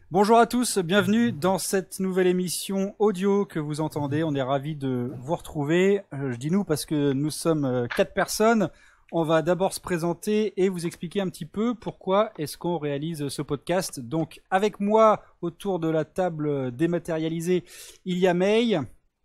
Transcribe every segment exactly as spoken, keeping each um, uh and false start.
Bonjour à tous, bienvenue dans cette nouvelle émission audio que vous entendez. On est ravis de vous retrouver. Euh, je dis nous parce que nous sommes euh, quatre personnes. On va d'abord se présenter et vous expliquer un petit peu pourquoi est-ce qu'on réalise ce podcast. Donc avec moi autour de la table dématérialisée, il y a May.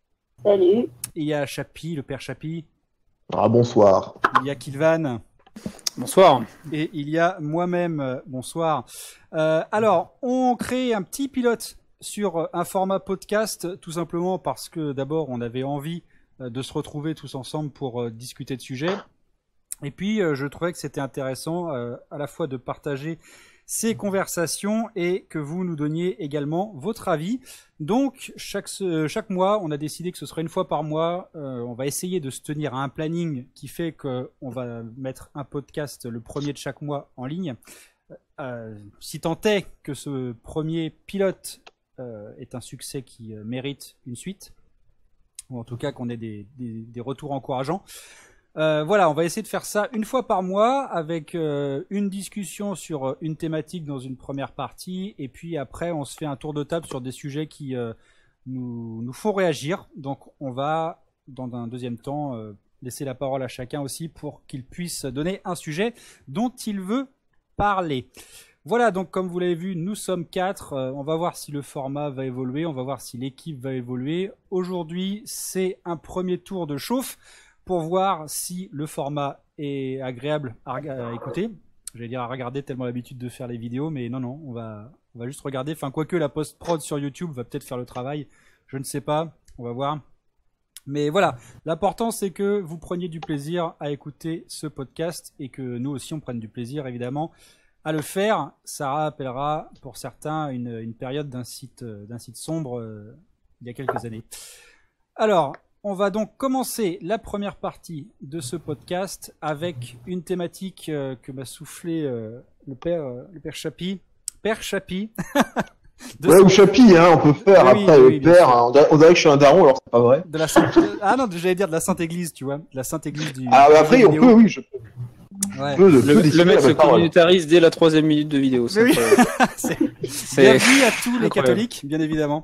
Salut. Il y a Chapi, le père Chapi. Ah bonsoir. Il y a Kilvan. Bonsoir. Et il y a moi-même, euh, bonsoir. Euh, alors, on crée un petit pilote sur un format podcast, tout simplement parce que d'abord, on avait envie euh, de se retrouver tous ensemble pour euh, discuter de sujets. Et puis, euh, je trouvais que c'était intéressant euh, à la fois de partager ces conversations et que vous nous donniez également votre avis. Donc, chaque, chaque mois, on a décidé que ce serait une fois par mois. Euh, on va essayer de se tenir à un planning qui fait qu'on va mettre un podcast le premier de chaque mois en ligne. Euh, si tant est que ce premier pilote euh, est un succès qui euh, mérite une suite, ou en tout cas qu'on ait des, des, des retours encourageants. Euh, voilà, on va essayer de faire ça une fois par mois avec euh, une discussion sur une thématique dans une première partie et puis après on se fait un tour de table sur des sujets qui euh, nous, nous font réagir. Donc on va dans un deuxième temps euh, laisser la parole à chacun aussi pour qu'il puisse donner un sujet dont il veut parler. Voilà, donc comme vous l'avez vu, nous sommes quatre. Euh, on va voir si le format va évoluer, on va voir si l'équipe va évoluer. Aujourd'hui, c'est un premier tour de chauffe pour voir si le format est agréable à, à écouter. J'allais dire à regarder, tellement l'habitude de faire les vidéos, mais non, non, on va, on va juste regarder. Enfin, quoique la post-prod sur YouTube va peut-être faire le travail, je ne sais pas, on va voir. Mais voilà, l'important c'est que vous preniez du plaisir à écouter ce podcast et que nous aussi on prenne du plaisir évidemment à le faire. Ça rappellera pour certains une, une période d'un site, d'un site sombre euh, il y a quelques années. Alors, on va donc commencer la première partie de ce podcast avec une thématique euh, que m'a soufflé euh, le père, euh, le père Chapi. Père Chapi. Ouais, son... ou Chapi, hein, on peut faire oui, après oui, le père. Hein, on, dirait, on dirait que je suis un daron, alors c'est pas vrai. De la Sainte... Ah non, j'allais dire de la Sainte Église, tu vois. De la Sainte Église du. Ah, bah après, on peut, oui, je peux. Ouais. Peu de, le, peu le mec se communautarise dès la troisième minute de vidéo. C'est oui. c'est... Bienvenue à tous les catholiques, bien évidemment.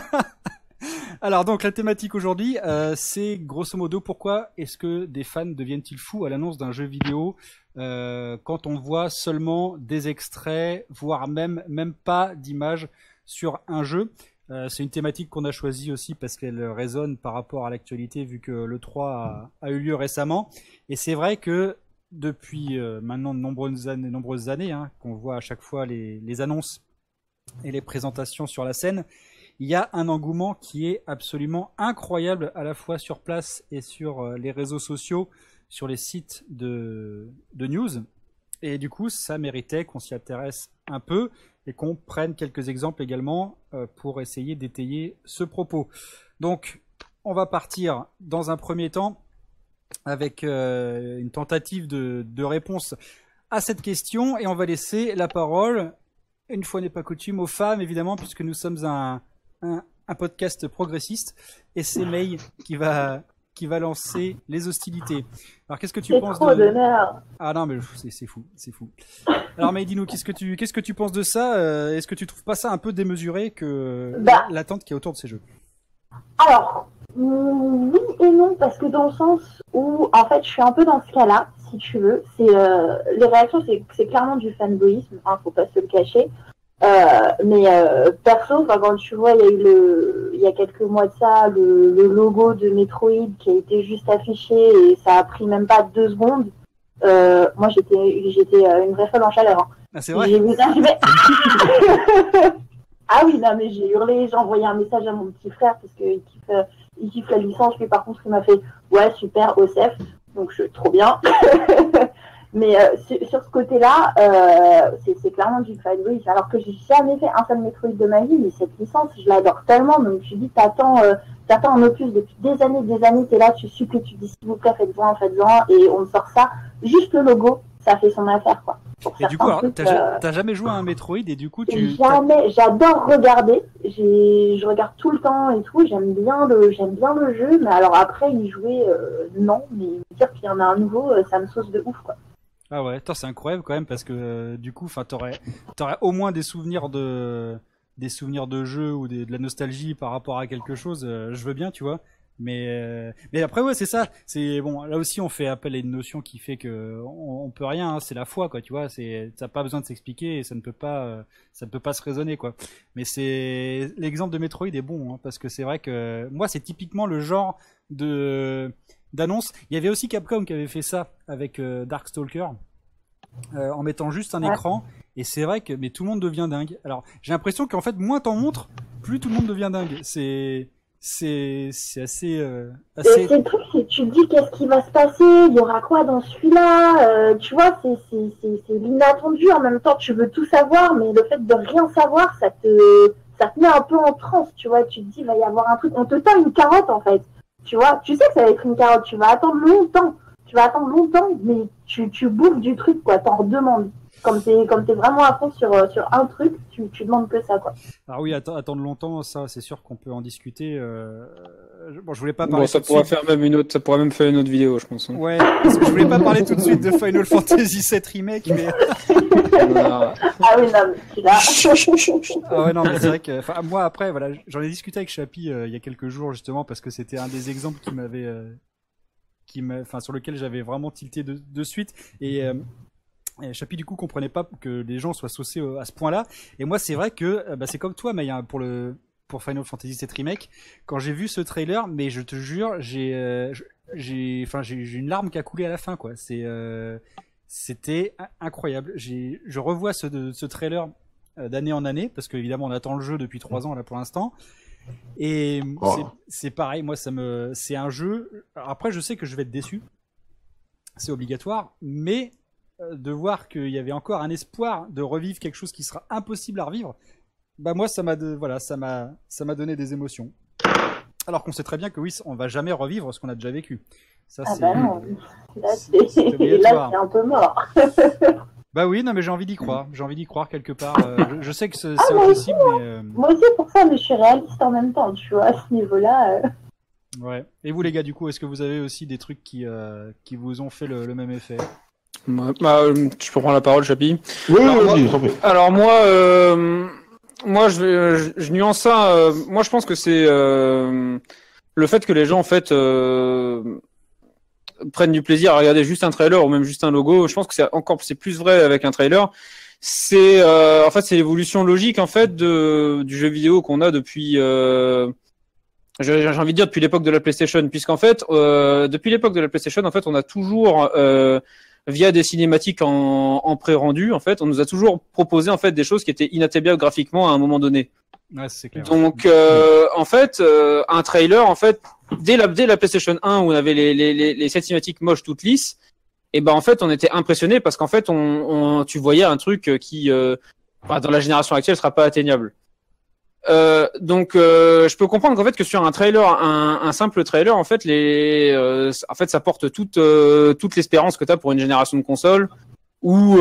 Alors donc la thématique aujourd'hui, euh, c'est grosso modo pourquoi est-ce que des fans deviennent-ils fous à l'annonce d'un jeu vidéo euh, quand on voit seulement des extraits, voire même même pas d'images sur un jeu. Euh, c'est une thématique qu'on a choisie aussi parce qu'elle résonne par rapport à l'actualité vu que l'E trois a, a eu lieu récemment. Et c'est vrai que depuis euh, maintenant de nombreuses années, nombreuses années hein, qu'on voit à chaque fois les, les annonces et les présentations sur la scène, il y a un engouement qui est absolument incroyable à la fois sur place et sur les réseaux sociaux, sur les sites de, de news. Et du coup, ça méritait qu'on s'y intéresse un peu et qu'on prenne quelques exemples également pour essayer d'étayer ce propos. Donc, on va partir dans un premier temps avec une tentative de, de réponse à cette question et on va laisser la parole, une fois n'est pas coutume, aux femmes évidemment, puisque nous sommes un Un, un podcast progressiste et c'est May qui va qui va lancer les hostilités. Alors qu'est-ce que tu c'est penses trop de d'honneur. Ah non mais c'est, c'est fou, c'est fou. Alors May, dis-nous qu'est-ce que tu qu'est-ce que tu penses de ça euh, Est-ce que tu trouves pas ça un peu démesuré que bah, l'attente qui est autour de ces jeux? Alors oui et non parce que dans le sens où en fait je suis un peu dans ce cas-là si tu veux. C'est euh, les réactions c'est c'est clairement du fanboyisme, hein, faut pas se le cacher. Euh, mais euh, perso, quand tu vois, il y a eu le, il y a quelques mois de ça, le, le logo de Metroid qui a été juste affiché et ça a pris même pas deux secondes. Euh, moi, j'étais, j'étais une vraie folle en chaleur. Hein. Ah c'est vrai. J'ai vu ça, mais... ah oui, non mais j'ai hurlé, j'ai envoyé un message à mon petit frère parce que il kiffe, il kiffe la licence. Lui, par contre, il m'a fait ouais super O S F, donc je trop bien. Mais euh, sur, sur ce côté-là, euh, c'est, c'est clairement du fanboy. Alors que j'ai jamais fait un seul Metroid de ma vie, mais cette licence, je l'adore tellement. Donc tu dis, t'attends, euh, t'attends un opus depuis des années, des années. T'es là, tu supplies, tu dis s'il vous plaît, faites-en, faites-en, et on me sort ça. Juste le logo, ça fait son affaire, quoi. Et du coup, alors, trucs, t'as, euh... t'as jamais joué à un Metroid et du coup tu jamais. J'adore regarder. J'ai, je regarde tout le temps et tout. J'aime bien le, j'aime bien le jeu. Mais alors après, y jouer, euh, non. Mais dire qu'il y en a un nouveau, ça me sauce de ouf, quoi. Ah ouais, attends, c'est incroyable quand même parce que euh, du coup, enfin, t'aurais, t'aurais au moins des souvenirs de des souvenirs de jeu ou des, de la nostalgie par rapport à quelque chose, euh, je veux bien, tu vois. Mais euh, mais après ouais c'est ça, c'est bon là aussi on fait appel à une notion qui fait que on, on peut rien, hein, c'est la foi quoi, tu vois, c'est t'as pas besoin de s'expliquer et ça ne peut pas euh, ça ne peut pas se raisonner quoi. Mais c'est l'exemple de Metroid est bon hein, parce que c'est vrai que moi c'est typiquement le genre de d'annonce. Il y avait aussi Capcom qui avait fait ça avec euh, Darkstalker euh, en mettant juste un ouais. écran et c'est vrai que mais tout le monde devient dingue. Alors j'ai l'impression qu'en fait moins t'en montres, plus tout le monde devient dingue. C'est C'est, c'est assez, euh, assez... Et c'est le truc, c'est tu te dis qu'est-ce qui va se passer, il y aura quoi dans celui-là, euh, tu vois, c'est, c'est, c'est, c'est l'inattendu, en même temps tu veux tout savoir, mais le fait de rien savoir, ça te, ça te met un peu en transe, tu vois, tu te dis il va y avoir un truc, on te tend une carotte en fait, tu vois, tu sais que ça va être une carotte, tu vas attendre longtemps, tu vas attendre longtemps, mais tu, tu bouffes du truc quoi, t'en redemandes. Comme t'es, comme t'es vraiment à fond sur, sur un truc, tu, tu demandes que ça, quoi. Alors oui, att- attendre longtemps, ça, c'est sûr qu'on peut en discuter. Euh... Bon, je voulais pas parler. Bon, ça tout pourrait de suite. faire même une autre, ça pourrait même faire une autre vidéo, je pense. Hein. Ouais, parce que je voulais pas parler tout de suite de Final Fantasy sept Remake, mais. ah oui, non, mais tu l'as. ah ouais, non, mais c'est vrai que, enfin, moi après, voilà, j'en ai discuté avec Chapi euh, il y a quelques jours justement parce que c'était un des exemples qui m'avait, euh, qui m'a, enfin, sur lequel j'avais vraiment tilté de, de suite et. Euh, Et Chapi du coup comprenait pas que les gens soient saucés à ce point-là. Et moi c'est vrai que bah, c'est comme toi Maya pour le pour Final Fantasy sept Remake. Quand j'ai vu ce trailer, mais je te jure, j'ai euh, j'ai enfin j'ai, j'ai une larme qui a coulé à la fin quoi. C'est euh, c'était incroyable. J'ai je revois ce de, ce trailer d'année en année parce qu'évidemment on attend le jeu depuis trois ans là pour l'instant. Et oh. c'est c'est pareil. Moi ça me c'est un jeu. Alors, après je sais que je vais être déçu. C'est obligatoire, mais de voir qu'il y avait encore un espoir de revivre quelque chose qui sera impossible à revivre, bah moi ça m'a de, voilà ça m'a ça m'a donné des émotions. Alors qu'on sait très bien que oui, on va jamais revivre ce qu'on a déjà vécu. Ça ah c'est bah non. Là c'est, c'est, là, c'est un peu mort. Bah oui, non mais j'ai envie d'y croire. J'ai envie d'y croire quelque part. Euh, je, je sais que c'est, ah, c'est impossible, aussi, mais euh... moi aussi pour ça, mais je suis réaliste en même temps. Tu vois, à ce niveau-là. Euh... Ouais. Et vous les gars, du coup, est-ce que vous avez aussi des trucs qui euh, qui vous ont fait le, le même effet? Bah, bah, je peux prendre la parole, Chapi. Oui, alors, oui, moi, oui, alors moi, euh, moi, je, je, je nuance ça. Euh, moi, je pense que c'est euh, le fait que les gens, en fait, euh, prennent du plaisir à regarder juste un trailer ou même juste un logo. Je pense que c'est encore, c'est plus vrai avec un trailer. C'est, euh, en fait, c'est l'évolution logique, en fait, de du jeu vidéo qu'on a depuis. Euh, j'ai, j'ai envie de dire depuis l'époque de la PlayStation, puisqu'en fait, euh, depuis l'époque de la PlayStation, en fait, on a toujours euh, via des cinématiques en, en pré-rendu, en fait, on nous a toujours proposé en fait des choses qui étaient inatteignables graphiquement à un moment donné. Ouais, c'est clair. Donc, euh, en fait, euh, un trailer, en fait, dès la dès la PlayStation un où on avait les les les, les sept cinématiques moches toutes lisses, et ben en fait, on était impressionné parce qu'en fait, on, on tu voyais un truc qui, euh, bah, dans la génération actuelle, sera pas atteignable. Euh, donc, euh, je peux comprendre qu'en fait que sur un trailer, un, un simple trailer, en fait, les, euh, en fait, ça porte toute euh, toute l'espérance que t'as pour une génération de consoles, ou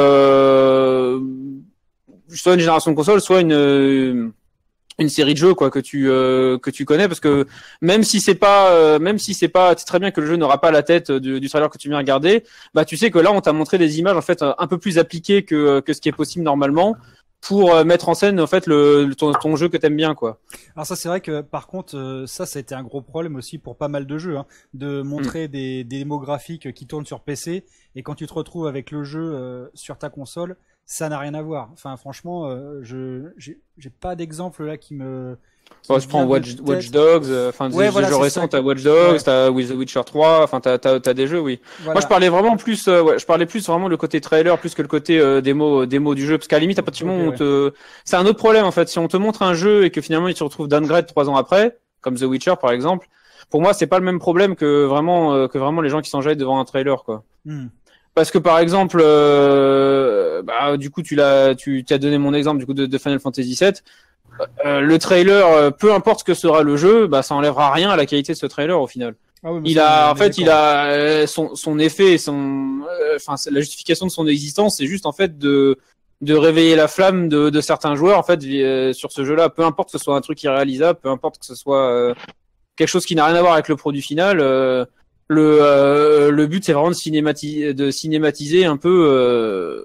euh, soit une génération de consoles, soit une une série de jeux quoi que tu euh, que tu connais, parce que même si c'est pas euh, même si c'est pas, tu sais très bien que le jeu n'aura pas la tête du, du trailer que tu viens regarder, bah tu sais que là on t'a montré des images en fait un peu plus appliquées que que ce qui est possible normalement, pour euh, mettre en scène en fait le, le ton, ton jeu que t'aimes bien quoi. Alors ça c'est vrai que par contre euh, ça ça a été un gros problème aussi pour pas mal de jeux hein, de montrer mmh. des, des démos graphiques qui tournent sur P C et quand tu te retrouves avec le jeu euh, sur ta console, ça n'a rien à voir. Enfin franchement euh, je j'ai, j'ai pas d'exemple là qui me Bon, je prends Watch, Watch Dogs, enfin euh, ouais, des voilà, jeux récents, t'as Watch Dogs, ouais. t'as With the Witcher trois, enfin t'as t'as t'as des jeux, oui. Voilà. Moi je parlais vraiment plus, euh, ouais, je parlais plus vraiment le côté trailer plus que le côté euh, démo démo du jeu, parce qu'à la limite à partir du moment où on te, c'est un autre problème en fait. Si on te montre un jeu et que finalement il se retrouve downgrade trois ans après, comme The Witcher par exemple, pour moi c'est pas le même problème que vraiment euh, que vraiment les gens qui s'enjaillent devant un trailer quoi. Mm. Parce que par exemple, euh, bah du coup tu l'as, tu tu as donné mon exemple du coup de, de Final Fantasy sept. Euh, le trailer, euh, peu importe ce que sera le jeu, bah ça enlèvera rien à la qualité de ce trailer au final. Ah oui, il a, en fait, il a euh, son son effet, son, enfin euh, la justification de son existence, c'est juste en fait de de réveiller la flamme de de certains joueurs en fait euh, sur ce jeu-là. Peu importe que ce soit un truc irréalisable, peu importe que ce soit euh, quelque chose qui n'a rien à voir avec le produit final. Euh, le euh, le but c'est vraiment de cinématiser, de cinématiser un peu. Euh,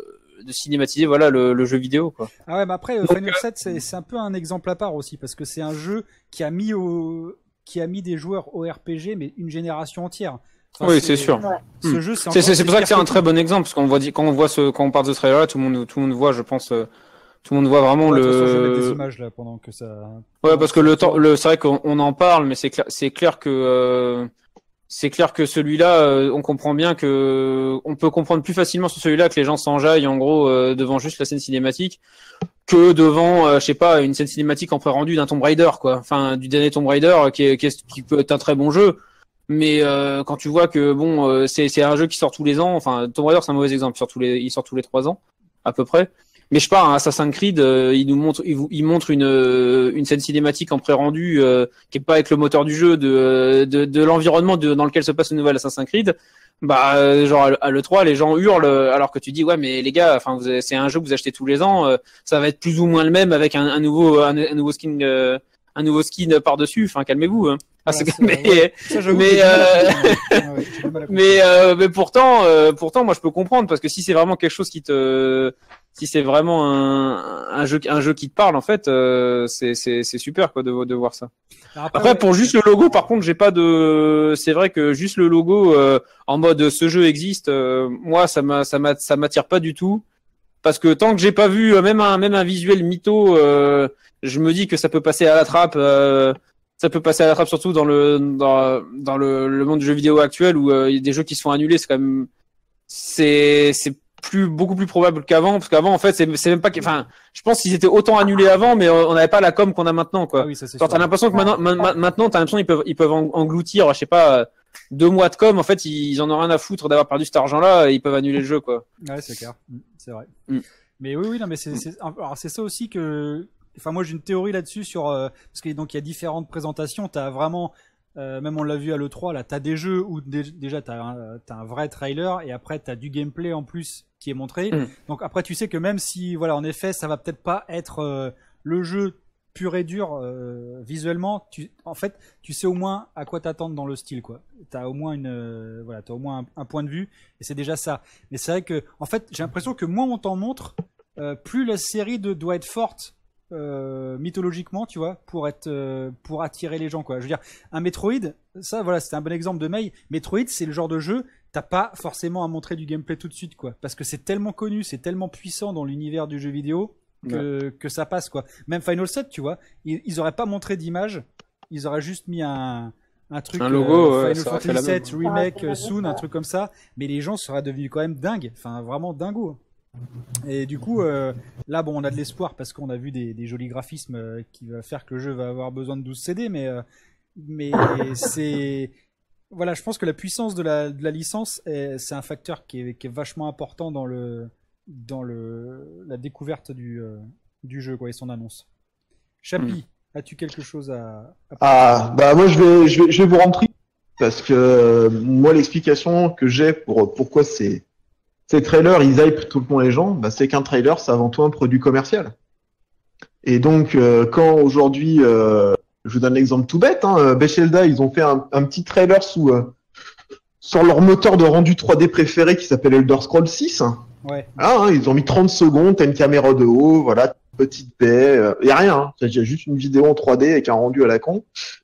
de cinématiser voilà le, le jeu vidéo quoi. Ah ouais, mais après Donc, Final euh... sept c'est c'est un peu un exemple à part aussi parce que c'est un jeu qui a mis au qui a mis des joueurs au R P G mais une génération entière. Enfin, oui, c'est sûr. Ouais. Ce mmh. jeu, c'est, c'est, c'est, c'est pour ça que c'est un très bon exemple parce qu'on voit quand on voit ce quand on parle de ce trailer là, tout le monde tout le monde voit, je pense, euh, tout le monde voit vraiment ouais, le. De toute façon, je vais mettre des images là pendant que ça. Ouais, parce que le temps, le c'est vrai qu'on on en parle, mais c'est clair, c'est clair que euh, c'est clair que celui-là, euh, on comprend bien que on peut comprendre plus facilement sur celui-là que les gens s'enjaillent en gros euh, devant juste la scène cinématique que devant, euh, je sais pas, une scène cinématique en pré-rendu d'un Tomb Raider, quoi. Enfin, du dernier Tomb Raider, qui, est, qui, est, qui peut être un très bon jeu. Mais euh, quand tu vois que bon, euh, c'est, c'est un jeu qui sort tous les ans. Enfin, Tomb Raider, c'est un mauvais exemple. Il sort tous les, il sort tous les trois ans, à peu près. Mais je sais pas, un Assassin's Creed, euh, il nous montre, il, il montre une euh, une scène cinématique en pré-rendu euh, qui est pas avec le moteur du jeu, de de, de l'environnement de, dans lequel se passe le nouvel Assassin's Creed. Bah euh, genre à l'E trois les gens hurlent alors que tu dis ouais mais les gars enfin vous avez, c'est un jeu que vous achetez tous les ans euh, ça va être plus ou moins le même avec un, un nouveau un, un nouveau skin euh, un nouveau skin par dessus enfin calmez-vous hein. Ah, voilà, c'est, mais ouais. Ça, mais euh... ouais, mais, euh, mais pourtant euh, pourtant moi je peux comprendre parce que si c'est vraiment quelque chose qui te si c'est vraiment un, un jeu un jeu qui te parle en fait euh, c'est c'est c'est super quoi de de voir ça. Après, Après ouais, pour juste le logo par contre j'ai pas de c'est vrai que juste le logo euh, en mode ce jeu existe euh, moi ça m'a ça m'a ça m'attire pas du tout parce que tant que j'ai pas vu même un même un visuel mytho euh, je me dis que ça peut passer à la trappe euh, ça peut passer à la trappe surtout dans le dans dans le, le monde du jeu vidéo actuel où euh, il y a des jeux qui se font annuler c'est quand même c'est c'est plus beaucoup plus probable qu'avant parce qu'avant en fait c'est c'est même pas enfin je pense qu'ils étaient autant annulés avant mais on n'avait pas la com qu'on a maintenant quoi. Ah oui, ça, c'est quand t'as l'impression que maintenant ma, maintenant t'as l'impression qu'ils peuvent ils peuvent engloutir je sais pas deux mois de com en fait ils en ont rien à foutre d'avoir perdu cet argent là et ils peuvent annuler le jeu quoi. Ouais c'est clair c'est vrai. Mm. Mais oui oui non mais c'est c'est alors c'est ça aussi que enfin moi j'ai une théorie là-dessus sur euh, parce que donc il y a différentes présentations t'as vraiment Euh, même on l'a vu à l'E trois, là, t'as des jeux où dé- déjà t'as un, t'as un vrai trailer et après t'as du gameplay en plus qui est montré. Mmh. Donc après tu sais que même si, voilà, en effet, ça va peut-être pas être euh, le jeu pur et dur euh, visuellement, tu, en fait, tu sais au moins à quoi t'attendre dans le style, quoi. T'as au moins une, euh, voilà, t'as au moins un, un point de vue et c'est déjà ça. Mais c'est vrai que, en fait, j'ai l'impression que moins on t'en montre, euh, plus la série de, doit être forte. Euh, mythologiquement, tu vois, pour être, euh, pour attirer les gens, quoi. Je veux dire, un Metroid, ça, voilà, c'était un bon exemple de mail. Metroid, c'est le genre de jeu, t'as pas forcément à montrer du gameplay tout de suite, quoi, parce que c'est tellement connu, c'est tellement puissant dans l'univers du jeu vidéo que, ouais. que ça passe, quoi. Même Final sept, tu vois, ils, ils auraient pas montré d'image, ils auraient juste mis un, un truc, un logo, euh, ouais, Final Fantasy sept remake ah, soon, un truc comme ça, mais les gens seraient devenus quand même dingues, enfin vraiment dingo. Et du coup, euh, là, bon, on a de l'espoir parce qu'on a vu des, des jolis graphismes euh, qui va faire que le jeu va avoir besoin de douze C D, mais, euh, mais c'est, voilà, je pense que la puissance de la, de la licence, est, c'est un facteur qui est, qui est vachement important dans le, dans le, la découverte du, euh, du jeu, quoi, et son annonce. Chapi, mmh. as-tu quelque chose à, à Ah, bah moi je vais, je vais, je vais vous rentrer parce que euh, moi l'explication que j'ai pour pourquoi c'est ces trailers, ils hypent tout le temps les gens, bah, c'est qu'un trailer, c'est avant tout un produit commercial. Et donc, euh, quand aujourd'hui, euh, je vous donne l'exemple tout bête, hein, Bethesda, ils ont fait un, un petit trailer sous euh, sur leur moteur de rendu trois D préféré qui s'appelle Elder Scrolls six. Ouais. Ah, hein, ils ont mis trente secondes, t'as une caméra de haut, voilà, petite baie, euh, y a rien, hein, il y a juste une vidéo en trois D avec un rendu à la con.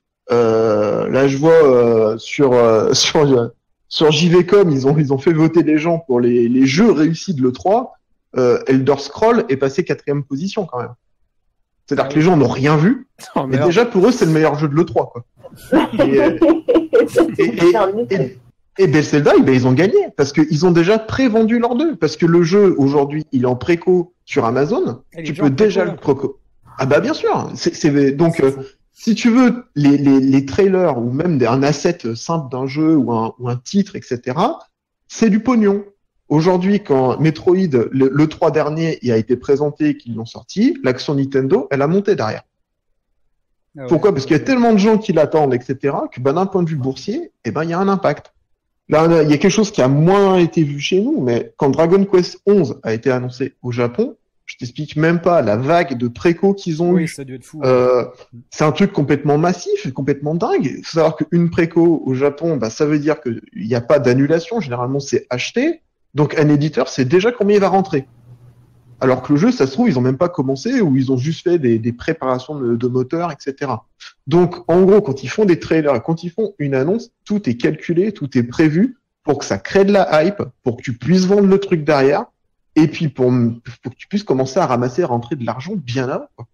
Euh, là, je vois euh, sur euh, sur Sur J V point com, ils ont, ils ont fait voter les gens pour les, les jeux réussis de l'E trois. Euh, Elder Scrolls est passé quatrième position quand même. C'est-à-dire ah que oui. les gens n'ont rien vu. Oh, mais déjà, pour eux, c'est le meilleur jeu de l'E trois, quoi. Et, euh, et, et, et, et Bethesda, ben, ils ont gagné. Parce qu'ils ont déjà pré-vendu leurs deux. Parce que le jeu, aujourd'hui, il est en préco sur Amazon. Et tu peux déjà le préco. Ah bah, bien sûr. C'est, c'est, donc, euh, si tu veux, les, les, les trailers ou même un asset simple d'un jeu ou un, ou un titre, et cetera, c'est du pognon. Aujourd'hui, quand Metroid, le, le trois dernier, il a été présenté et qu'ils l'ont sorti, l'action Nintendo, elle a monté derrière. Ah ouais, Pourquoi ? Parce qu'il y a tellement de gens qui l'attendent, et cetera, que ben, d'un point de vue boursier, eh ben, il y a un impact. Là, il y a quelque chose qui a moins été vu chez nous, mais quand Dragon Quest onze a été annoncé au Japon, je t'explique même pas la vague de préco qu'ils ont oui, eu. Ça a dû être fou, euh, c'est un truc complètement massif et complètement dingue. Il faut savoir qu'une préco au Japon, bah, ça veut dire qu'il n'y a pas d'annulation. Généralement, c'est acheté. Donc, un éditeur sait déjà combien il va rentrer. alors que le jeu, ça se trouve, ils ont même pas commencé ou ils ont juste fait des, des préparations de, de moteurs, et cetera. Donc, en gros, quand ils font des trailers, quand ils font une annonce, tout est calculé, tout est prévu pour que ça crée de la hype, pour que tu puisses vendre le truc derrière, et puis pour, pour que tu puisses commencer à ramasser, à rentrer de l'argent bien avant, quoi.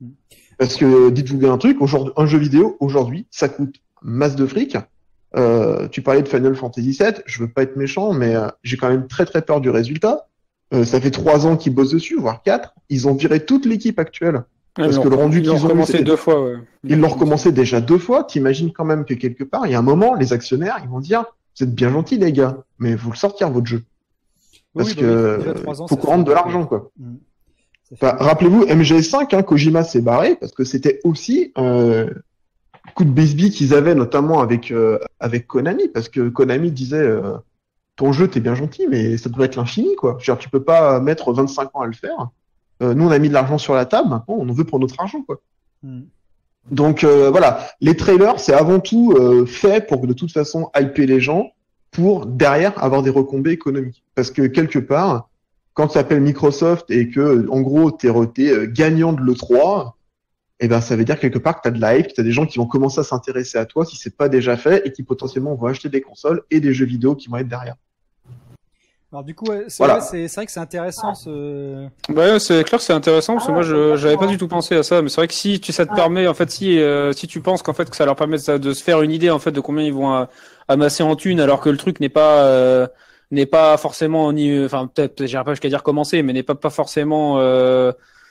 Parce que, dites-vous bien un truc, aujourd'hui, un jeu vidéo, aujourd'hui, ça coûte masse de fric. Euh, tu parlais de Final Fantasy sept, je veux pas être méchant, mais euh, j'ai quand même très très peur du résultat. Euh, ça fait trois ans qu'ils bossent dessus, voire quatre. Ils ont viré toute l'équipe actuelle. Ouais, parce que le rendu qu'ils ont recommencé deux fois, ouais. Ils l'ont recommencé déjà deux fois. T'imagines quand même que quelque part, il y a un moment, les actionnaires, ils vont dire, vous êtes bien gentils, les gars, mais vous le sortir, votre jeu. Parce oui, que, bah oui, ans, faut qu'on rentre de l'argent, quoi. Mmh. Bah, rappelez-vous, M G S cinq, hein, Kojima s'est barré, parce que c'était aussi, euh, coup de baseball qu'ils avaient, notamment avec, euh, avec Konami, parce que Konami disait, euh, ton jeu, t'es bien gentil, mais ça devrait être l'infini, quoi. Genre, tu peux pas mettre vingt-cinq ans à le faire. Euh, nous, on a mis de l'argent sur la table, maintenant, on en veut pour notre argent, quoi. Mm. Donc, euh, voilà. Les trailers, c'est avant tout euh, fait pour que, de toute façon, hyper les gens pour, derrière, avoir des retombées économiques. Parce que, quelque part, quand tu appelles Microsoft et que, en gros, t'es, t'es euh, gagnant de l'E trois, eh ben, ça veut dire quelque part que t'as de la hype, que t'as des gens qui vont commencer à s'intéresser à toi si c'est pas déjà fait et qui, potentiellement, vont acheter des consoles et des jeux vidéo qui vont être derrière. Alors du coup, ouais, c'est, voilà. vrai, c'est, c'est vrai que c'est intéressant ce. Ouais, c'est clair que c'est intéressant parce que moi je j'avais pas du tout pensé à ça, mais c'est vrai que si tu ça te permet en fait si euh, si tu penses qu'en fait que ça leur permet de, de se faire une idée en fait de combien ils vont à, amasser en thunes alors que le truc n'est pas euh, n'est pas forcément ni enfin peut-être j'irai pas jusqu'à dire commencer mais n'est pas pas forcément euh,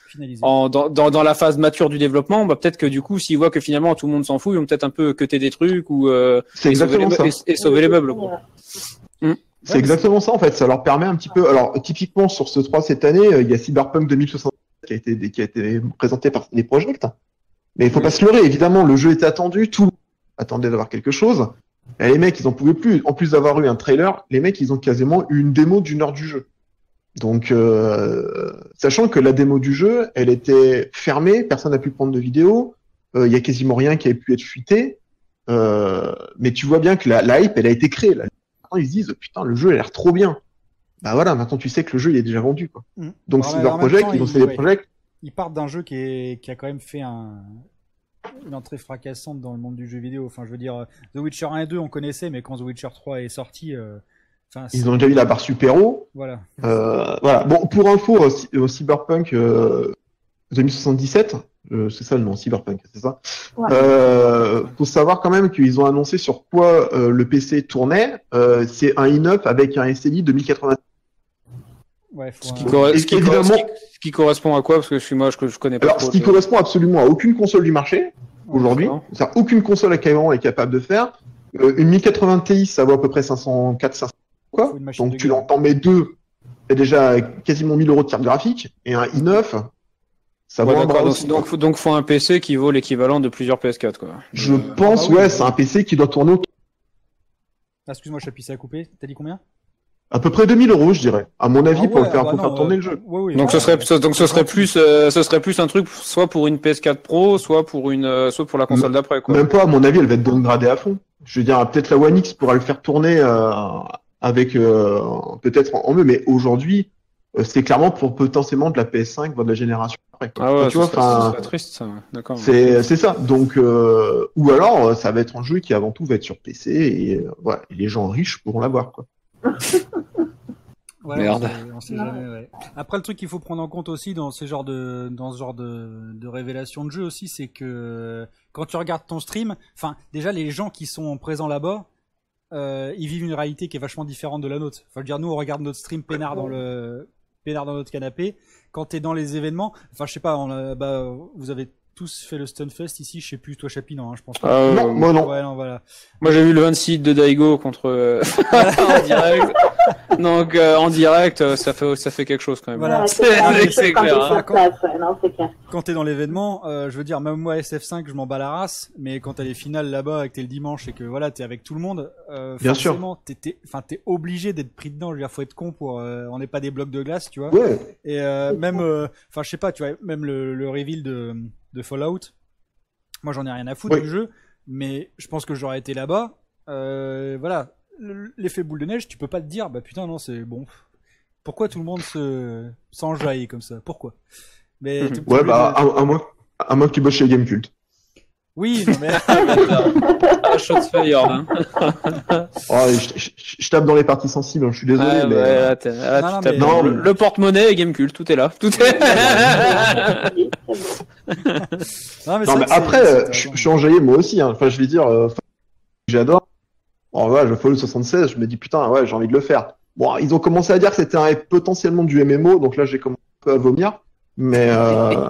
en dans, dans dans la phase mature du développement, bah peut-être que du coup s'ils voient que finalement tout le monde s'en fout, ils vont peut-être un peu cuter des trucs ou euh, c'est et, sauver exactement les, ça. et, et sauver les meubles quoi. Mm. C'est ouais, exactement ça en fait, ça leur permet un petit peu. Alors typiquement sur ce trois cette année, il y a Cyberpunk deux mille soixante-dix qui a été qui a été présenté par les Project. Mais il faut oui. pas se leurrer, évidemment, le jeu était attendu, tout le monde attendait d'avoir quelque chose. Et les mecs, ils en pouvaient plus. En plus d'avoir eu un trailer, les mecs, ils ont quasiment eu une démo d'une heure du jeu. Donc, euh, sachant que la démo du jeu, elle était fermée, personne n'a pu prendre de vidéo, il euh, y a quasiment rien qui avait pu être fuité. Euh, mais tu vois bien que la, la hype, elle a été créée. Là. Ils se disent putain le jeu a l'air trop bien. Bah voilà, maintenant tu sais que le jeu il est déjà vendu quoi. Mmh. Donc Cyber ouais, Project, ils ont fait des ouais, projets. Ils partent d'un jeu qui, est, qui a quand même fait un, une entrée fracassante dans le monde du jeu vidéo. Enfin je veux dire The Witcher un et deux on connaissait, mais quand The Witcher trois est sorti, euh, ils ont déjà eu la barre super haut. Voilà. Euh, voilà. Bon pour info, euh, Cyberpunk euh, deux mille soixante-dix-sept. Euh, c'est ça le nom, Cyberpunk, c'est ça. Ouais. Euh, faut savoir quand même qu'ils ont annoncé sur quoi euh, le P C tournait. Euh, c'est un i neuf avec un S L I deux mille quatre-vingt. Ouais, faut ce, qui corre- ce, qui évidemment... ce, qui, ce qui correspond à quoi? Parce que je suis moi, je, je connais pas. Alors, trop ce qui de... correspond absolument à aucune console du marché aujourd'hui. C'est-à-dire aucune console actuellement est capable de faire. Euh, une mille quatre-vingts Ti, ça vaut à peu près cinq cents, quatre cents, cinq cents quoi. Donc tu l'entends, mais deux, c'est déjà quasiment mille euros de carte graphique et un i neuf. Ça ouais, d'accord, donc, donc, donc faut un P C qui vaut l'équivalent de plusieurs P S quatre quoi. Je euh, pense, ah bah oui, ouais, c'est un P C qui doit tourner autour. Ah, excuse-moi, je suis à couper. T'as dit combien? À peu près deux mille euros, je dirais. À mon avis, ah ouais, pour le faire, ah bah pour non, faire tourner euh, le jeu. Ouais, oui, donc ouais, ce serait, ouais, donc ce serait plus, euh, ce serait plus un truc, soit pour une P S quatre Pro, soit pour une, euh, soit pour la console M- d'après quoi. Même pas, à mon avis, elle va être downgradée à fond. Je veux dire, peut-être la One X pourra le faire tourner euh, avec euh, peut-être en, en mieux, mais aujourd'hui. C'est clairement pour potentiellement de la P S cinq, voire de la génération après. Quoi. Ah ouais, tu vois, enfin, c'est triste ça. D'accord. C'est c'est ça. Donc euh, ou alors ça va être un jeu qui avant tout va être sur P C et euh, voilà, et les gens riches pourront l'avoir quoi. Ouais, Merde. On sait, on sait jamais, ouais. Après le truc qu'il faut prendre en compte aussi dans ces genres de dans ce genre de de révélation de jeu aussi, c'est que quand tu regardes ton stream, enfin déjà les gens qui sont présents là-bas. Euh, ils vivent une réalité qui est vachement différente de la nôtre. Faut le dire, nous on regarde notre stream peinard dans le peinard dans notre canapé. Quand t'es dans les événements, enfin je sais pas, on a, bah, vous avez tous fait le Stunfest ici, je sais plus, toi Chapi, non, hein, je pense pas. Euh, non, moi non. Ouais, non, voilà. Moi j'ai vu le vingt-six de Daigo contre euh... en direct. Donc euh, en direct, euh, ça fait ça fait quelque chose quand même. Voilà, ouais, c'est, c'est, c'est clair. Hein. Quand, place, ouais, non, c'est clair. Quand t'es dans l'événement, euh, je veux dire, même moi S F cinq, je m'en bats la race, mais quand t'as les finales là-bas et que t'es le dimanche et que voilà, t'es avec tout le monde, euh, Bien forcément, sûr. t'es, t'es, enfin, t'es obligé d'être pris dedans. Je veux dire, faut être con pour, euh, on n'est pas des blocs de glace, tu vois. Ouais. Et euh, même, enfin, euh, je sais pas, tu vois, même le, le reveal de, de Fallout. Moi, j'en ai rien à foutre oui. du jeu, mais je pense que j'aurais été là-bas. Euh, voilà, l'effet boule de neige, tu peux pas te dire, bah putain, non, c'est bon. pourquoi tout le monde se s'enjaille comme ça? Pourquoi? Mais ouais, bah, à, à moins, à moins que tu bosses chez Gamecult. Oui, non mais. Ah, Shotsfire, hein. Oh, je, je, je tape dans les parties sensibles, je suis désolé. Ah, mais... ouais, là, là, non, tu non, mais... non, le, le porte-monnaie et Gamecult, tout est là. Tout est... non, mais, non, mais après, je, je suis enjaillé moi aussi. Hein. Enfin, je vais dire, euh, j'adore. Bon, ouais, je follow soixante-seize, je me dis putain, ouais, j'ai envie de le faire. Bon, ils ont commencé à dire que c'était un, potentiellement du M M O, donc là, j'ai commencé un peu à vomir. Mais. Euh...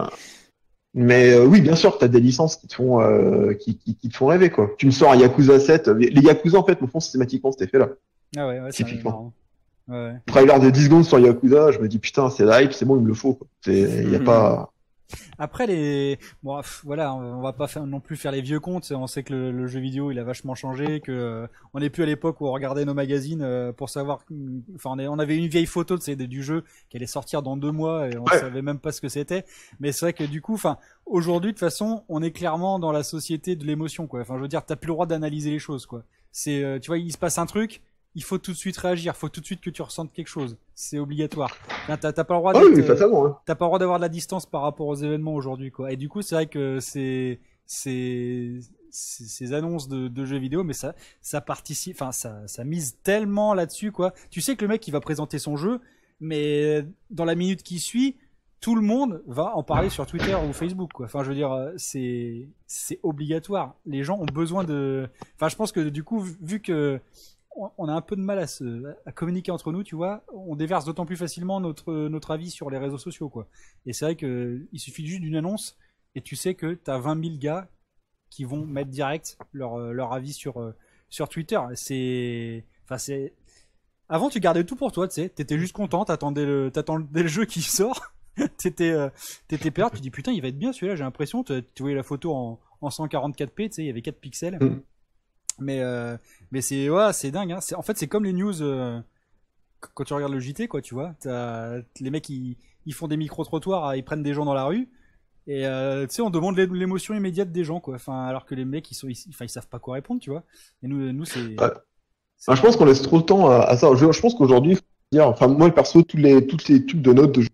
Mais euh, oui, bien sûr, t'as des licences qui te font euh, qui, qui, qui te font rêver, quoi. Tu me sors un Yakuza sept, les, les Yakuza en fait me font systématiquement cet effet-là. Ah ouais, ouais, typiquement. Ouais, ouais. Trailer de dix secondes sur Yakuza, je me dis putain, c'est la hype, c'est bon, il me le faut, quoi. C'est y a mmh. pas. Après les, bon, voilà, on va pas faire, non plus faire les vieux comptes. On sait que le, le jeu vidéo il a vachement changé, que euh, on n'est plus à l'époque où on regardait nos magazines euh, pour savoir. Enfin, on, est, on avait une vieille photo, tu sais, du jeu qui allait sortir dans deux mois et on ouais. savait même pas ce que c'était. Mais c'est vrai que du coup, enfin, aujourd'hui de toute façon, on est clairement dans la société de l'émotion, quoi. Enfin, je veux dire, t'as plus le droit d'analyser les choses, quoi. C'est, euh, tu vois, il se passe un truc. Il faut tout de suite réagir, faut tout de suite que tu ressentes quelque chose. C'est obligatoire. Enfin, t'as, t'as pas le droit d'être, oh oui, fatalement, hein. T'as pas le droit d'avoir de la distance par rapport aux événements aujourd'hui, quoi. Et du coup, c'est vrai que c'est, c'est, c'est ces annonces de, de jeux vidéo, mais ça, ça participe, enfin, ça, ça mise tellement là-dessus, quoi. Tu sais que le mec, il va présenter son jeu, mais dans la minute qui suit, tout le monde va en parler sur Twitter ou Facebook, quoi. Enfin, je veux dire, c'est, c'est obligatoire. Les gens ont besoin de, enfin, je pense que du coup, vu que on a un peu de mal à se à communiquer entre nous, tu vois, on déverse d'autant plus facilement notre notre avis sur les réseaux sociaux, quoi. Et c'est vrai que il suffit juste d'une annonce et tu sais que t'as vingt mille gars qui vont mettre direct leur leur avis sur sur Twitter. C'est enfin c'est avant tu gardais tout pour toi, tu sais, t'étais juste content, t'attendais le t'attendais le jeu qui sort. t'étais euh, t'étais peur, tu dis putain, il va être bien celui-là, j'ai l'impression, tu voyais la photo en en cent quarante-quatre p, tu sais, il y avait quatre pixels. Mm. Mais euh, mais c'est ouais, c'est dingue, hein. C'est en fait c'est comme les news euh, quand tu regardes le J T, quoi, tu vois. T'as les mecs ils ils font des micro trottoirs, ils prennent des gens dans la rue et euh, tu sais on demande l'émotion immédiate des gens, quoi. Enfin alors que les mecs ils sont ils, enfin ils savent pas quoi répondre, tu vois. Et nous nous c'est. Ouais. c'est ah, je pense qu'on laisse trop le temps à, à ça. Je, je pense qu'aujourd'hui, dire, enfin moi perso toutes les toutes les tubes de notes de jeu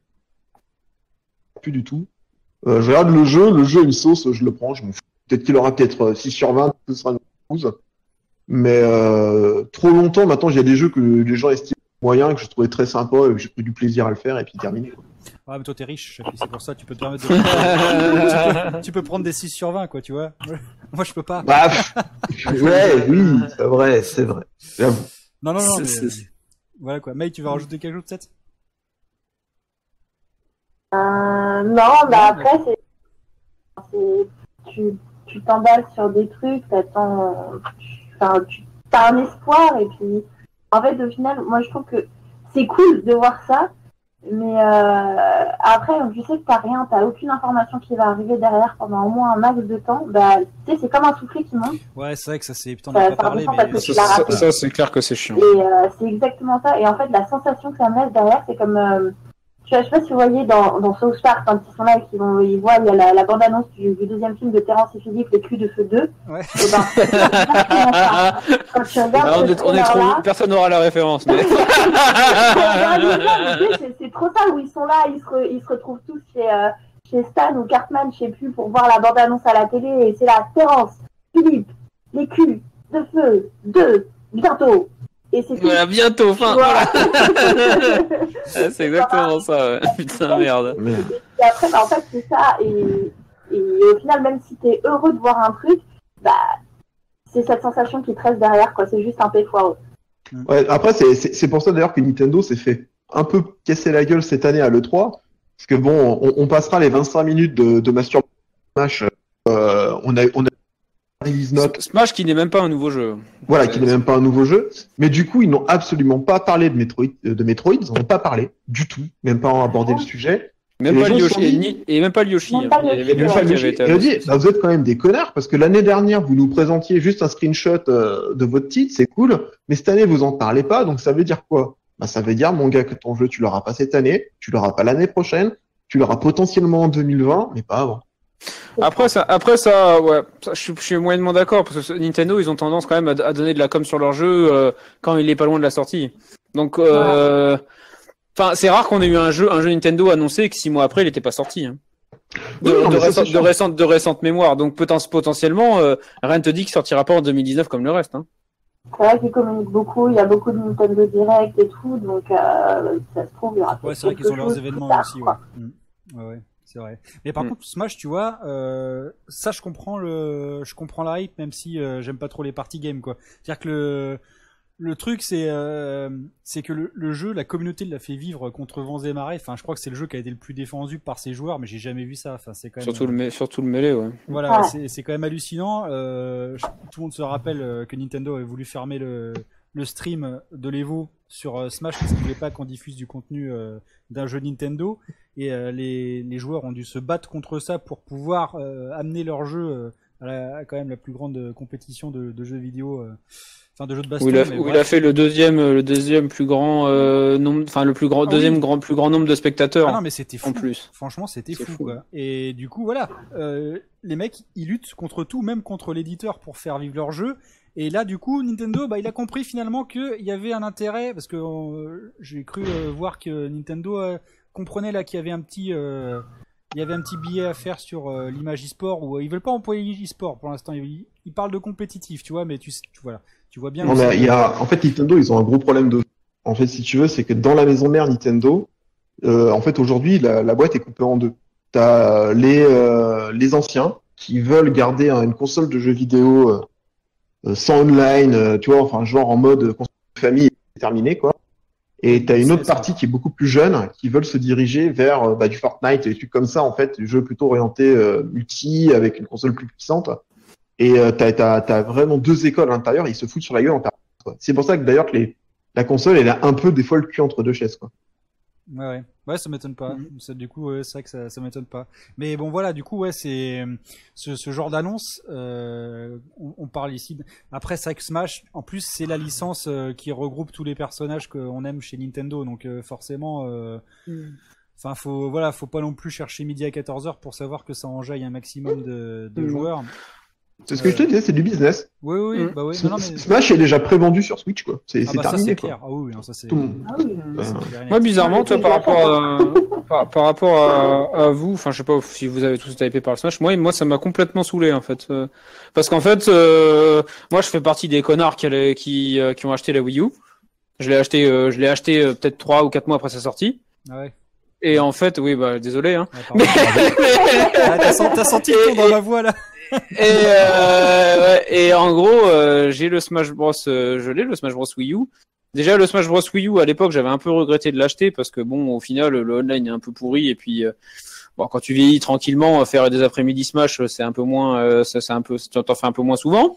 plus du tout. Euh, je regarde le jeu, le jeu une sauce, je le prends, je m'en fous. Peut-être qu'il aura peut-être six sur vingt, ce sera une douze. Mais euh, trop longtemps, maintenant, il y a des jeux que les gens estiment moyens, que je trouvais très sympa, et que j'ai pris du plaisir à le faire, et puis terminé. Quoi. Ouais, mais toi, t'es riche, c'est pour ça, tu peux te permettre de... tu, peux, tu peux prendre des six sur vingt, quoi, tu vois. Moi, je peux pas. Bah, ouais, oui, c'est vrai, c'est vrai. J'avoue. Non, non, non, mais, euh, voilà, quoi. May, tu vas rajouter quelque chose, peut-être euh, Non, bah après, c'est... c'est... Tu, tu t'emballes sur des trucs, t'attends... Enfin, tu as un espoir et puis en fait au final moi je trouve que c'est cool de voir ça mais euh, après tu sais que t'as rien, t'as aucune information qui va arriver derrière pendant au moins un max de temps, bah tu sais c'est comme un soufflet qui monte. Ouais c'est vrai que ça c'est putain on n'a pas parlé mais ça, ça, ça c'est clair que c'est chiant. Et euh, c'est exactement ça et en fait la sensation que ça me laisse derrière c'est comme euh, je sais pas si vous voyez dans, dans South Park quand ils sont là et qu'ils vont, ils voient il y a la, la bande-annonce du, du deuxième film de Terrence et Philippe, Les Culs de Feu deux. Ouais. Et ben, quand tu regardes alors, on est, on est trop, personne n'aura la référence. Mais... c'est, c'est trop ça où ils sont là, ils se, re, ils se retrouvent tous chez, euh, chez Stan ou Cartman, je sais plus, pour voir la bande-annonce à la télé et c'est là Terrence, Philippe, Les Culs de Feu deux, bientôt. Et c'est voilà, bientôt, fin, voilà. C'est exactement ça, ouais. Putain, merde. Et après, bah, en fait, c'est ça, et, et au final, même si t'es heureux de voir un truc, bah, c'est cette sensation qui te reste derrière, quoi. C'est juste un peu foireux. Ouais, après, c'est, c'est, c'est pour ça d'ailleurs que Nintendo s'est fait un peu casser la gueule cette année à l'E trois, parce que bon, on, on passera les vingt-cinq minutes de, de Master Smash, euh, on a, on a release note. Smash qui n'est même pas un nouveau jeu. Voilà, qui n'est même pas un nouveau jeu. Mais du coup, ils n'ont absolument pas parlé de Metroid, de Metroid. Ils n'en ont pas parlé du tout. Même pas abordé le sujet. Même pas Yoshi, et, ni... et même pas le Yoshi. Même pas le Yoshi. Même pas le Yoshi. Et dit, bah, vous êtes quand même des connards parce que l'année dernière, vous nous présentiez juste un screenshot euh, de votre titre, c'est cool. Mais cette année, vous en parlez pas. Donc ça veut dire quoi? Bah, ça veut dire, mon gars, que ton jeu, tu l'auras pas cette année, tu l'auras pas l'année prochaine, tu l'auras potentiellement en deux mille vingt, mais pas avant. Après ça, après ça, ouais, ça, je, suis, je suis moyennement d'accord parce que Nintendo, ils ont tendance quand même à, à donner de la com sur leur jeu euh, quand il est pas loin de la sortie. Donc, euh, Enfin, c'est rare qu'on ait eu un jeu, un jeu Nintendo annoncé et que six mois après, il n'était pas sorti. Hein. De, oui, non, de, récente, ça, de, récente, de récente mémoire. Donc potentiellement, euh, rien ne te dit qu'il sortira pas en deux mille dix-neuf comme le reste. Hein. C'est vrai qu'ils communiquent beaucoup, il y a beaucoup de Nintendo Direct et tout, donc euh, ça se trouve, il y aura ouais, c'est vrai qu'ils ont leurs événements tard, aussi. Ouais. Mmh. ouais, ouais, c'est vrai. Mais par mmh. contre, Smash, tu vois, euh, ça, je comprends le, je comprends la hype, même si euh, j'aime pas trop les party games, quoi. C'est-à-dire que le, le truc, c'est, euh, c'est que le, le jeu, la communauté l'a fait vivre contre vents et marées. Enfin, je crois que c'est le jeu qui a été le plus défendu par ses joueurs, mais j'ai jamais vu ça. Enfin, c'est quand même. Surtout le, surtout le mêlée, ouais. Voilà, ouais. c'est, c'est quand même hallucinant. Euh, tout le monde se rappelle que Nintendo avait voulu fermer le, le stream de l'Evo sur Smash parce qu'il voulait pas qu'on diffuse du contenu euh, d'un jeu Nintendo. Et euh, les, les joueurs ont dû se battre contre ça pour pouvoir euh, amener leur jeu euh, à, la, à quand même la plus grande compétition de, de jeux vidéo. Euh, Enfin, de jeux de baston. Où il a, où il a fait le deuxième, le deuxième plus grand euh, nombre, enfin le plus grand, ah, deuxième oui. grand, plus grand nombre de spectateurs. Ah non, mais c'était fou. En plus. Franchement, c'était fou, fou. Quoi. Et du coup, voilà, euh, les mecs, ils luttent contre tout, même contre l'éditeur pour faire vivre leur jeu. Et là, du coup, Nintendo, bah, il a compris finalement qu'il y avait un intérêt, parce que euh, j'ai cru euh, voir que Nintendo euh, comprenait là qu'il y avait un petit, euh, il y avait un petit billet à faire sur euh, l'image e-sport où euh, ils veulent pas employer e-sport pour l'instant. Ils, ils parlent de compétitif, tu vois, mais tu, tu voilà. Tu vois bien. Non, mais il y a, en fait, Nintendo, ils ont un gros problème de, en fait, si tu veux, c'est que dans la maison mère Nintendo, euh, en fait, aujourd'hui, la, la boîte est coupée en deux. T'as les, euh, les anciens qui veulent garder hein, une console de jeux vidéo euh, sans online, euh, tu vois, enfin, genre en mode console de famille terminé, quoi. Et t'as une autre partie qui est beaucoup plus jeune, qui veulent se diriger vers euh, bah, du Fortnite et des trucs comme ça, en fait, des jeux plutôt orientés euh, multi avec une console plus puissante. Et euh, t'as, t'as, t'as vraiment deux écoles à l'intérieur, ils se foutent sur la gueule en permanence, quoi. C'est pour ça que d'ailleurs que les, la console, elle a un peu des fois le cul entre deux chaises, quoi. Ouais, ouais, ouais, ça m'étonne pas. Mm-hmm. Ça, du coup, ouais, c'est vrai que ça, ça m'étonne pas. Mais bon, voilà, du coup, ouais, c'est ce, ce genre d'annonce. Euh, on, on parle ici. Après, c'est vrai que Smash, en plus, c'est la licence euh, qui regroupe tous les personnages qu'on aime chez Nintendo, donc euh, forcément. Euh, mm. Enfin, faut, voilà, faut pas non plus chercher midi à quatorze heures pour savoir que ça enjaille un maximum de, de mmh. joueurs. C'est ce que euh... je te disais, c'est du business. Oui, oui, mmh. bah oui. Non, non, mais... Smash est déjà prévendu sur Switch, quoi. C'est, ah c'est bah terminé, ça, c'est quoi. clair. Ah oui, non, ça c'est. Tout le monde. Ah oui. Euh... Moi, bizarrement, toi, par rapport à, par, par rapport à, à vous, enfin, je sais pas si vous avez tous été hypés par le Smash. Moi, moi, ça m'a complètement saoulé, en fait. Euh, parce qu'en fait, euh, moi, je fais partie des connards qui, allaient, qui, euh, qui ont acheté la Wii U. Je l'ai acheté, euh, je l'ai acheté euh, peut-être trois ou quatre mois après sa sortie. Ah ouais. Et en fait, oui, bah, désolé, hein. Ah, mais... ah, t'as, senti, t'as senti le ton dans ma voix, là. et, euh, ouais, et en gros, euh, j'ai le Smash Bros. Euh, je l'ai, le Smash Bros. Wii U. Déjà, le Smash Bros. Wii U, à l'époque, j'avais un peu regretté de l'acheter parce que bon, au final, le online est un peu pourri et puis, euh, bon, quand tu vieillis tranquillement, faire des après-midi Smash, c'est un peu moins, euh, ça, c'est un peu, tu t'en fais un peu moins souvent.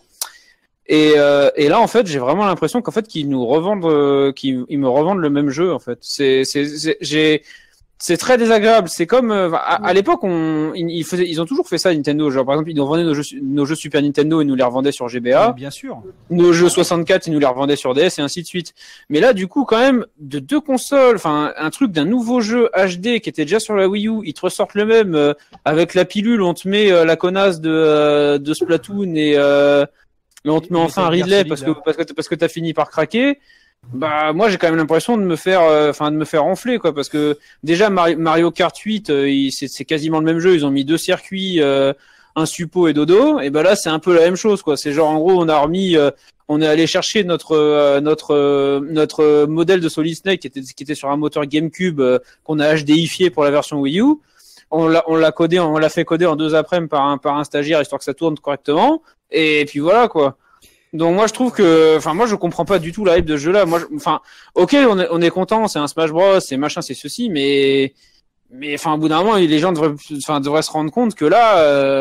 Et, euh, et là, en fait, j'ai vraiment l'impression qu'en fait, qu'ils nous revendent, euh, qu'ils ils me revendent le même jeu, en fait. C'est, c'est, c'est j'ai, c'est très désagréable. C'est comme euh, à, à l'époque, on, ils, ils, faisaient, ils ont toujours fait ça, Nintendo. Genre, par exemple, ils nous revendaient nos jeux, nos jeux Super Nintendo et nous les revendaient sur G B A. Oui, bien sûr. Nos jeux soixante-quatre, ils nous les revendaient sur D S et ainsi de suite. Mais là, du coup, quand même, de deux consoles, enfin, un truc d'un nouveau jeu H D qui était déjà sur la Wii U, ils te ressortent le même euh, avec la pilule. On te met euh, la connasse de euh, de Splatoon et euh, on te met enfin un Ridley parce que parce que parce que t'as fini par craquer. Bah moi j'ai quand même l'impression de me faire enfin euh, de me faire enfler quoi parce que déjà Mario, Mario Kart huit euh, il, c'est, c'est quasiment le même jeu, ils ont mis deux circuits euh, un suppo et dodo et ben là c'est un peu la même chose quoi, c'est genre en gros on a remis euh, on est allé chercher notre euh, notre euh, notre modèle de Solid Snake qui était qui était sur un moteur GameCube euh, qu'on a HDifié pour la version Wii U. On l'a on l'a codé on l'a fait coder en deux après-midi par un par un stagiaire histoire que ça tourne correctement et puis voilà quoi. Donc moi je trouve que, enfin moi je comprends pas du tout la hype de ce jeu-là. Moi, enfin, ok, on est on est content, c'est un Smash Bros, c'est machin, c'est ceci, mais mais enfin au bout d'un moment les gens devraient, enfin devraient se rendre compte que là,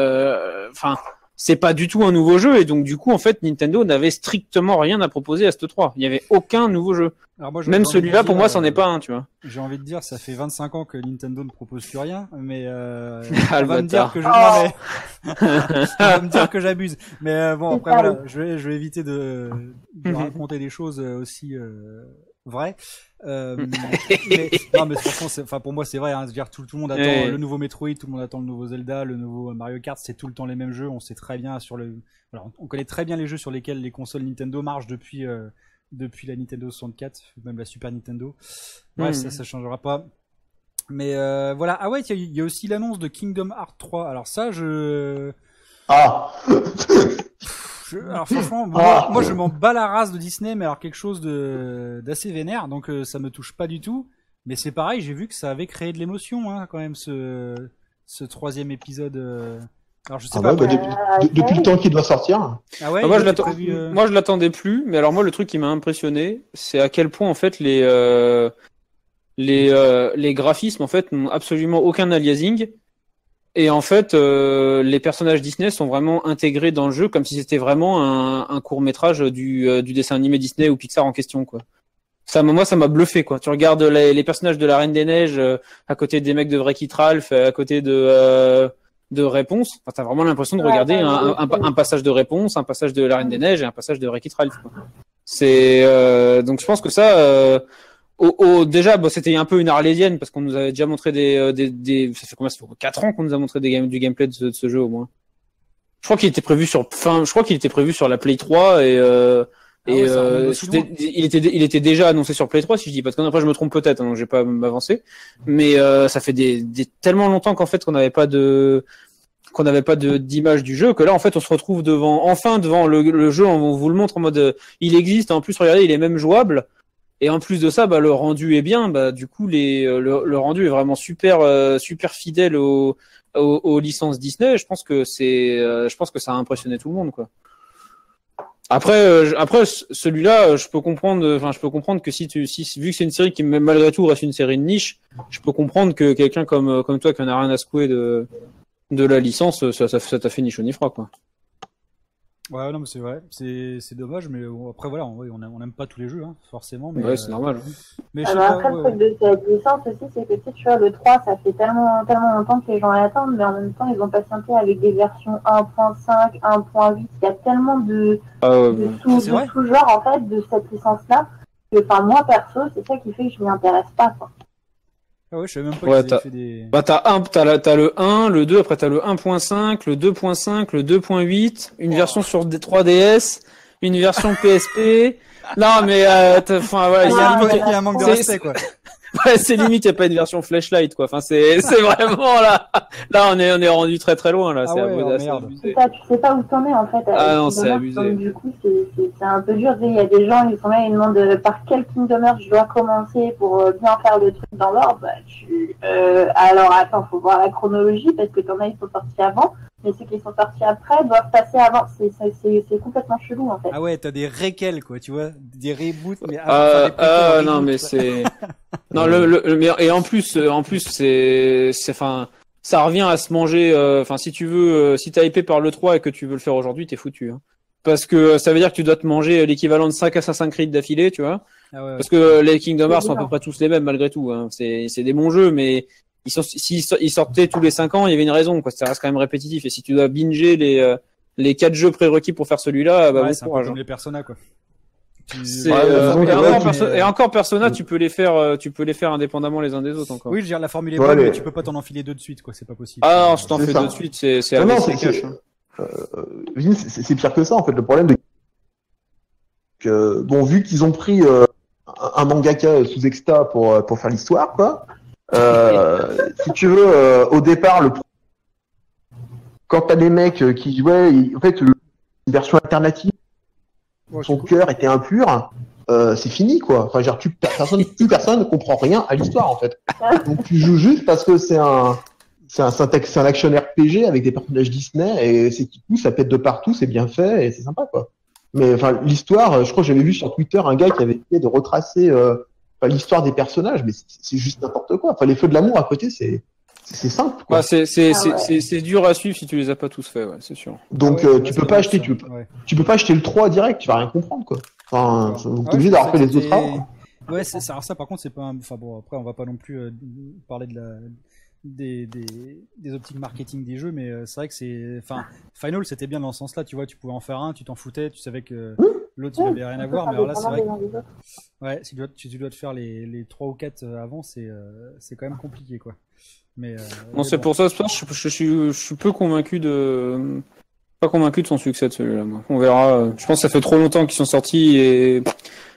enfin euh, c'est pas du tout un nouveau jeu et donc du coup en fait Nintendo n'avait strictement rien à proposer à cette trois. Il y avait aucun nouveau jeu. Alors moi, même celui-là pour dire, moi c'en est pas un, tu vois. J'ai envie de dire ça fait vingt-cinq ans que Nintendo ne propose plus rien, mais euh, ah, on va me dire que je oh non, mais... on va me dire que j'abuse. Mais euh, bon après voilà, je vais je vais éviter de, de raconter des choses aussi euh, vraies. Euh, mais, non mais franchement, c'est, enfin pour moi c'est vrai. Hein, dire tout, tout le monde attend hey. le nouveau Metroid, tout le monde attend le nouveau Zelda, le nouveau Mario Kart. C'est tout le temps les mêmes jeux. On sait très bien sur le, voilà, on connaît très bien les jeux sur lesquels les consoles Nintendo marchent depuis. Euh, depuis la Nintendo soixante-quatre, même la Super Nintendo. Ouais, mmh. ça, ça changera pas. Mais euh, voilà. Ah ouais, il y, y a aussi l'annonce de Kingdom Hearts trois. Alors ça, je. Ah. je... Alors franchement, moi, ah. moi je m'en bats la race de Disney, mais alors quelque chose de d'assez vénère, donc euh, ça me touche pas du tout. Mais c'est pareil, j'ai vu que ça avait créé de l'émotion, hein, quand même, ce ce troisième épisode. Euh... Alors je sais ah pas. Ouais, bah, depuis, de, depuis le temps qu'il doit sortir. Ah ouais. Ah, moi, je prévu, euh... moi je l'attendais plus, mais alors moi le truc qui m'a impressionné, c'est à quel point en fait les euh... les euh, les graphismes en fait n'ont absolument aucun aliasing. Et en fait, euh, les personnages Disney sont vraiment intégrés dans le jeu comme si c'était vraiment un, un court métrage du, euh, du dessin animé Disney ou Pixar en question, quoi. Ça, moi, ça m'a bluffé, quoi. Tu regardes les, les personnages de la Reine des Neiges euh, à côté des mecs de Wreck-It Ralph, à côté de euh, de Réponse. Enfin, t'as vraiment l'impression de regarder un, un, un, un passage de Réponse, un passage de la Reine des Neiges et un passage de Wreck-It Ralph, quoi. C'est euh, donc je pense que ça. Euh, Au, au, déjà, bon, c'était un peu une arlésienne parce qu'on nous avait déjà montré des, des, des ça fait combien, ça fait quatre ans qu'on nous a montré des game, du gameplay de ce, de ce jeu au moins. Je crois qu'il était prévu sur, fin, je crois qu'il était prévu sur la Play trois et, euh, ah et, ouais, euh, il était, il était déjà annoncé sur Play trois si je dis pas de conneries. Après, je me trompe peut-être, hein, donc j'ai pas m'avancer. Mais, euh, ça fait des, des, tellement longtemps qu'en fait, qu'on n'avait pas de, qu'on n'avait pas de, d'image du jeu que là, en fait, on se retrouve devant, enfin, devant le, le jeu, on vous le montre en mode, euh, il existe, en plus, regardez, il est même jouable. Et en plus de ça, bah, le rendu est bien. Bah, du coup, les, le, le rendu est vraiment super, euh, super fidèle aux, aux, aux licences Disney. Je pense que c'est, euh, je pense que ça a impressionné tout le monde, quoi. Après, euh, après celui-là, je peux comprendre. Enfin, je peux comprendre que si tu, si vu que c'est une série qui malgré tout reste une série de niche, je peux comprendre que quelqu'un comme, comme toi qui en a rien à secouer de, de la licence, ça, ça, ça t'a fait ni chaud ni froid, quoi. Ouais, non, mais c'est vrai, c'est, c'est dommage, mais bon, après, voilà, on on n'aime pas tous les jeux, hein, forcément. Mais, ouais, c'est euh... normal. Hein. Mais Alors, après, pas, le truc ouais. de cette licence aussi, c'est que tu sais, tu vois, le trois, ça fait tellement, tellement longtemps que les gens l'attendent, mais en même temps, ils ont patienté avec des versions un point cinq, un point huit. Il y a tellement de, ah ouais, de, tout, de tout genre, en fait, de cette licence-là, que, enfin, moi, perso, c'est ça qui fait que je m'y intéresse pas, quoi. Ah ouais, je savais même pas ouais, qu'ils avaient fait des... Bah, t'as un, t'as, la, t'as le un, le deux, après t'as le un point cinq, le deux point cinq, le deux point huit, une oh. version sur trois D S, une version P S P. Non, mais, euh, enfin, voilà, il y a un, il y a un manque de respect, quoi. Ouais, c'est limite, il n'y a pas une version flashlight, quoi. Enfin, c'est, c'est vraiment là. Là, on est, on est rendu très très loin, là. Ah c'est ouais, abusé, oh, abusé. C'est ça, tu sais pas où t'en es, en fait. Ah non, c'est abusé. Donc, du coup, c'est, c'est, c'est un peu dur. Il y a des gens, ils sont là, ils demandent par quel Kingdom Hearts je dois commencer pour bien faire le truc dans l'ordre. Bah, tu, euh, alors, attends, faut voir la chronologie parce que t'en as, ils sont sortis avant. Mais ceux qui sont sortis après doivent passer avant. C'est, c'est, c'est, c'est complètement chelou, en fait. Ah ouais, t'as des réquels, quoi, tu vois. Des reboots, mais avant, euh, enfin, euh, reboots, non, mais quoi. C'est, non, le, le, mais, et en plus, en plus, c'est, c'est, enfin, ça revient à se manger, enfin, euh, si tu veux, euh, si t'as hypé par le trois et que tu veux le faire aujourd'hui, t'es foutu, hein. Parce que ça veut dire que tu dois te manger l'équivalent de cinq Assassin's Creed d'affilée, tu vois. Ah ouais, ouais. Parce que les Kingdom Hearts sont à peu près tous les mêmes, malgré tout, hein. C'est, c'est des bons jeux, mais ils sont, s'ils ils sortaient tous les cinq ans, il y avait une raison, quoi. Ça reste quand même répétitif. Et si tu dois binger les, euh, les quatre jeux prérequis pour faire celui-là, bah, ouais, bon c'est courage. Un peu comme les Persona, quoi. C'est, ouais, euh, et, encore, mais... perso- et encore Persona, tu peux les faire, tu peux les faire indépendamment les uns des autres encore. Oui, je veux dire, la formule est bonne, ouais, mais tu peux pas t'en enfiler deux de suite, quoi. C'est pas possible. Ah non, si t'en fais deux de suite, c'est, c'est, non, non, c'est, c'est, cash, hein. euh, c'est, c'est pire que ça, en fait. Le problème de, que, bon, vu qu'ils ont pris, euh, un mangaka sous exta pour, pour faire l'histoire, quoi. Euh, si tu veux, euh, au départ, le quand t'as des mecs qui jouaient, en fait, le... une version alternative, ouais, son cœur était impur, euh, c'est fini, quoi. Enfin, genre, tu, personne, plus personne ne comprend rien à l'histoire, en fait. Donc, tu joues juste parce que c'est un, c'est un, c'est un action R P G avec des personnages Disney et c'est qui pousse, ça pète de partout, c'est bien fait et c'est sympa, quoi. Mais enfin, l'histoire, je crois que j'avais vu sur Twitter un gars qui avait essayé de retracer euh, l'histoire des personnages, mais c'est, c'est juste n'importe quoi. Enfin, les feux de l'amour à côté, c'est c'est, c'est simple, quoi. Ouais, c'est c'est, ah, c'est, ouais. c'est c'est dur à suivre si tu les as pas tous faits, ouais, c'est sûr. Donc ah, ouais, euh, tu peux pas acheter, tu peux, ouais. tu peux pas acheter le trois direct, tu vas rien comprendre, quoi. Enfin, ah, vous êtes obligé d'avoir fait les autres avant. Ouais, c'est ça. Alors ça, par contre, c'est pas. Un... Enfin bon, après, on va pas non plus euh, parler de la. Des, des, des optiques marketing des jeux, mais euh, c'est vrai que c'est, enfin, Final c'était bien dans ce sens-là, tu vois, tu pouvais en faire un, tu t'en foutais, tu savais que l'autre il avait rien à voir, mais alors là c'est vrai que, ouais, si tu dois, si tu dois te faire les, les trois ou quatre avant, c'est, euh, c'est quand même compliqué, quoi. Mais, euh, non, mais c'est bon. pour ça, je, je, je suis, je suis peu convaincu de, pas convaincu de son succès de celui-là, moi. On verra. Je pense que ça fait trop longtemps qu'ils sont sortis et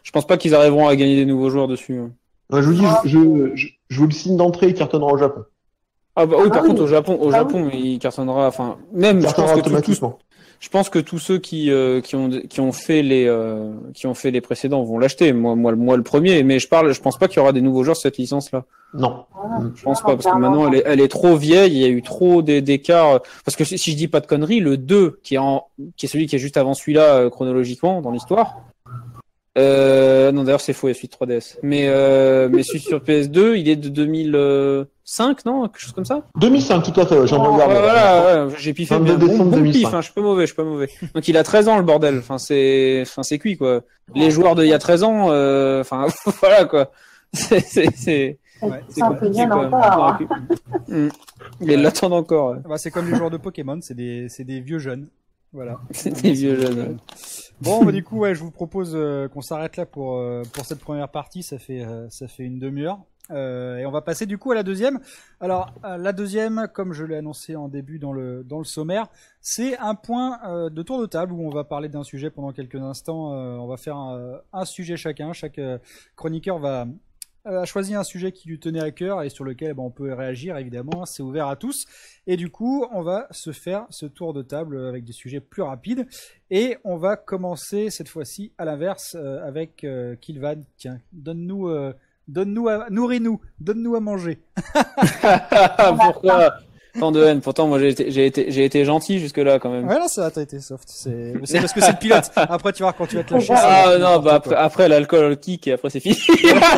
je pense pas qu'ils arriveront à gagner des nouveaux joueurs dessus. Ouais, je vous dis, je, je, je, je vous le signe d'entrée, il cartonnera au Japon. Ah bah oui, Ah par oui. contre au Japon, au Ah Japon, il cartonnera. Enfin, même Il je pense cartonnera que tout- tout- automatiquement. je pense que tous ceux qui euh, qui ont qui ont fait les euh, qui ont fait les précédents vont l'acheter. Moi moi moi le premier, mais je parle, je pense pas qu'il y aura des nouveaux joueurs sur cette licence-là. Non. Voilà. Je pense pas parce que maintenant elle est, elle est trop vieille, il y a eu trop d'é- d'écarts. Parce que si, si je dis pas de conneries, le deux qui est en qui est celui qui est juste avant celui-là euh, chronologiquement dans l'histoire. Euh, non d'ailleurs c'est faux, il y a celui de trois D S. Mais euh, mais celui sur P S deux, il est de deux mille cinq, non, quelque chose comme ça. deux mille cinq, tout à fait, ouais, j'en Ouais, regarde. Ouais, voilà, ouais, j'ai piffé mais un vingt-deux bon, décembre bon deux mille cinq. pif, hein, je suis pas mauvais, je suis pas mauvais. Donc il a treize ans le bordel, enfin c'est enfin c'est cuit quoi. Les joueurs de il y a treize ans euh, enfin voilà quoi. C'est c'est c'est Ouais, C'est un peu compliqué, bien quoi. encore. Mm. Ils l'attendent encore. Ouais. Bah, c'est comme les joueurs de Pokémon, c'est des, c'est des vieux jeunes. Voilà. C'est des vieux jeunes. Bon, bah, du coup, ouais, je vous propose euh, qu'on s'arrête là pour euh, pour cette première partie. Ça fait euh, ça fait une demi-heure. Euh, et on va passer du coup à la deuxième. Alors euh, la deuxième, comme je l'ai annoncé en début dans le dans le sommaire, c'est un point euh, de tour de table où on va parler d'un sujet pendant quelques instants. Euh, on va faire un, un sujet chacun. Chaque euh, chroniqueur va euh, a choisi un sujet qui lui tenait à cœur et sur lequel ben, on peut réagir évidemment. C'est ouvert à tous. Et du coup, on va se faire ce tour de table avec des sujets plus rapides. Et on va commencer cette fois-ci à l'inverse euh, avec euh, Kilvan. Tiens, donne-nous. Euh, Donne-nous à... Nourris-nous, donne-nous à manger. Pourquoi tant de haine? Pourtant, moi, j'ai été, j'ai été, j'ai été gentil jusque-là, quand même. Ouais, là, ça va, t'as été soft. C'est, c'est parce que c'est le pilote. Après, tu vois, quand tu vas te lâcher. ça Ah, va, non, bah, quoi. après, après l'alcool, le kick, et après, c'est fini.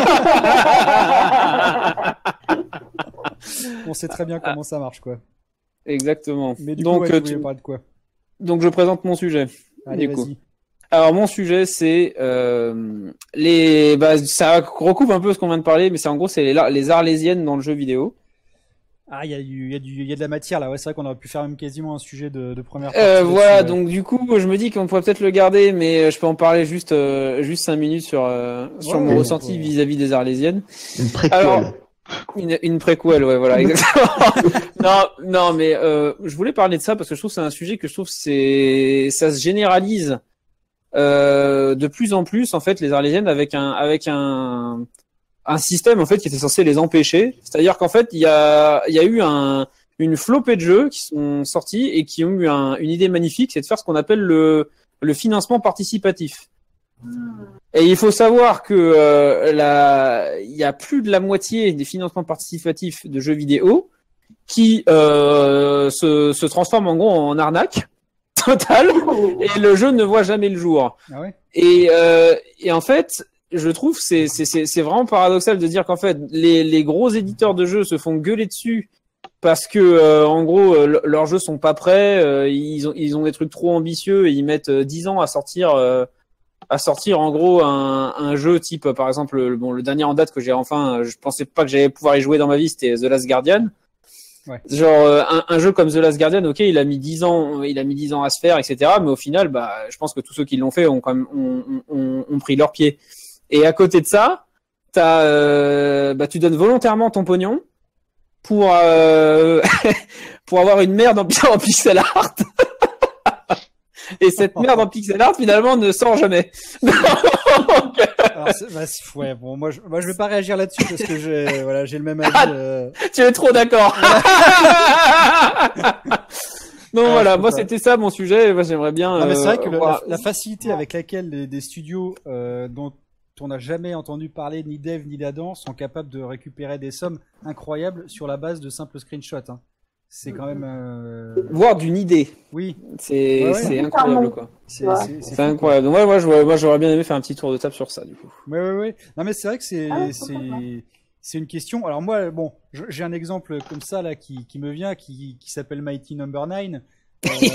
On sait très bien comment ça marche, quoi. Exactement. Mais du donc, coup, ouais, euh, tu voulais tu- parler de quoi? donc, je présente mon sujet. Allez, du coup. vas-y. Alors, mon sujet, c'est, euh, les, bah, ça recoupe un peu ce qu'on vient de parler, mais c'est en gros, c'est les, les arlésiennes dans le jeu vidéo. Ah, il y a du, il y a du, il y a de la matière, là. Ouais, c'est vrai qu'on aurait pu faire même quasiment un sujet de, de première partie. Euh, là-dessus, voilà, ouais. donc du coup, je me dis qu'on pourrait peut-être le garder, mais je peux en parler juste, euh, juste cinq minutes sur, euh, sur Ouais, mon ouais, ressenti ouais. vis-à-vis des arlésiennes. Une préquelle. Alors, Une, une préquelle, ouais, voilà, exactement. non, non, mais euh, je voulais parler de ça parce que je trouve que c'est un sujet que je trouve c'est, ça se généralise euh, de plus en plus en fait les arlésiennes avec un, avec un, un système en fait qui était censé les empêcher. C'est-à-dire qu'en fait il y a, il y a eu un, une flopée de jeux qui sont sortis et qui ont eu un, une idée magnifique, c'est de faire ce qu'on appelle le, le financement participatif. Et il faut savoir que euh, la... il y a plus de la moitié des financements participatifs de jeux vidéo qui euh, se, se transforment en gros en arnaque totale et le jeu ne voit jamais le jour. Ah ouais? Et, euh, et en fait, je trouve c'est c'est c'est c'est vraiment paradoxal de dire qu'en fait les les gros éditeurs de jeux se font gueuler dessus parce que euh, en gros euh, leurs jeux sont pas prêts, euh, ils ont ils ont des trucs trop ambitieux et ils mettent euh, dix ans à sortir. Euh, à sortir en gros un, un jeu type par exemple le, bon le dernier en date que j'ai enfin je pensais pas que j'allais pouvoir y jouer dans ma vie, c'était The Last Guardian. Ouais. Genre euh, un, un jeu comme The Last Guardian, ok, il a mis dix ans il a mis dix ans à se faire, etc., mais au final bah je pense que tous ceux qui l'ont fait ont quand même ont, ont, ont pris leur pied. Et à côté de ça t'as euh, bah tu donnes volontairement ton pognon pour euh, pour avoir une merde en, en pixel art. Et cette merde en pixel art finalement ne sort jamais. Alors, c'est, bah, c'est- ouais, bon, moi, je, moi, je vais pas réagir là-dessus parce que j'ai, voilà, j'ai le même avis. Euh... Tu es trop d'accord. Non, Ah, voilà, je peux moi pas. c'était ça mon sujet. Moi j'aimerais bien. Non, mais c'est vrai que euh, le- voir- la, la facilité avec laquelle les, des studios euh, dont on n'a jamais entendu parler, ni Dev ni d'Adam, sont capables de récupérer des sommes incroyables sur la base de simples screenshots. Hein. C'est quand même. Euh... voir d'une idée. Oui, C'est Ouais, ouais. c'est incroyable quoi. c'est, Ouais. c'est, c'est C'est fou, incroyable. Donc, ouais, moi je moi j'aurais bien aimé faire un petit tour de table sur ça du coup. Ouais, ouais, ouais. Non, mais c'est vrai que c'est, Ah, c'est, pourquoi pas. c'est une question. Alors moi, bon, je- j'ai un exemple comme ça là qui, qui me vient, qui, qui s'appelle Mighty Number Nine. Euh, je,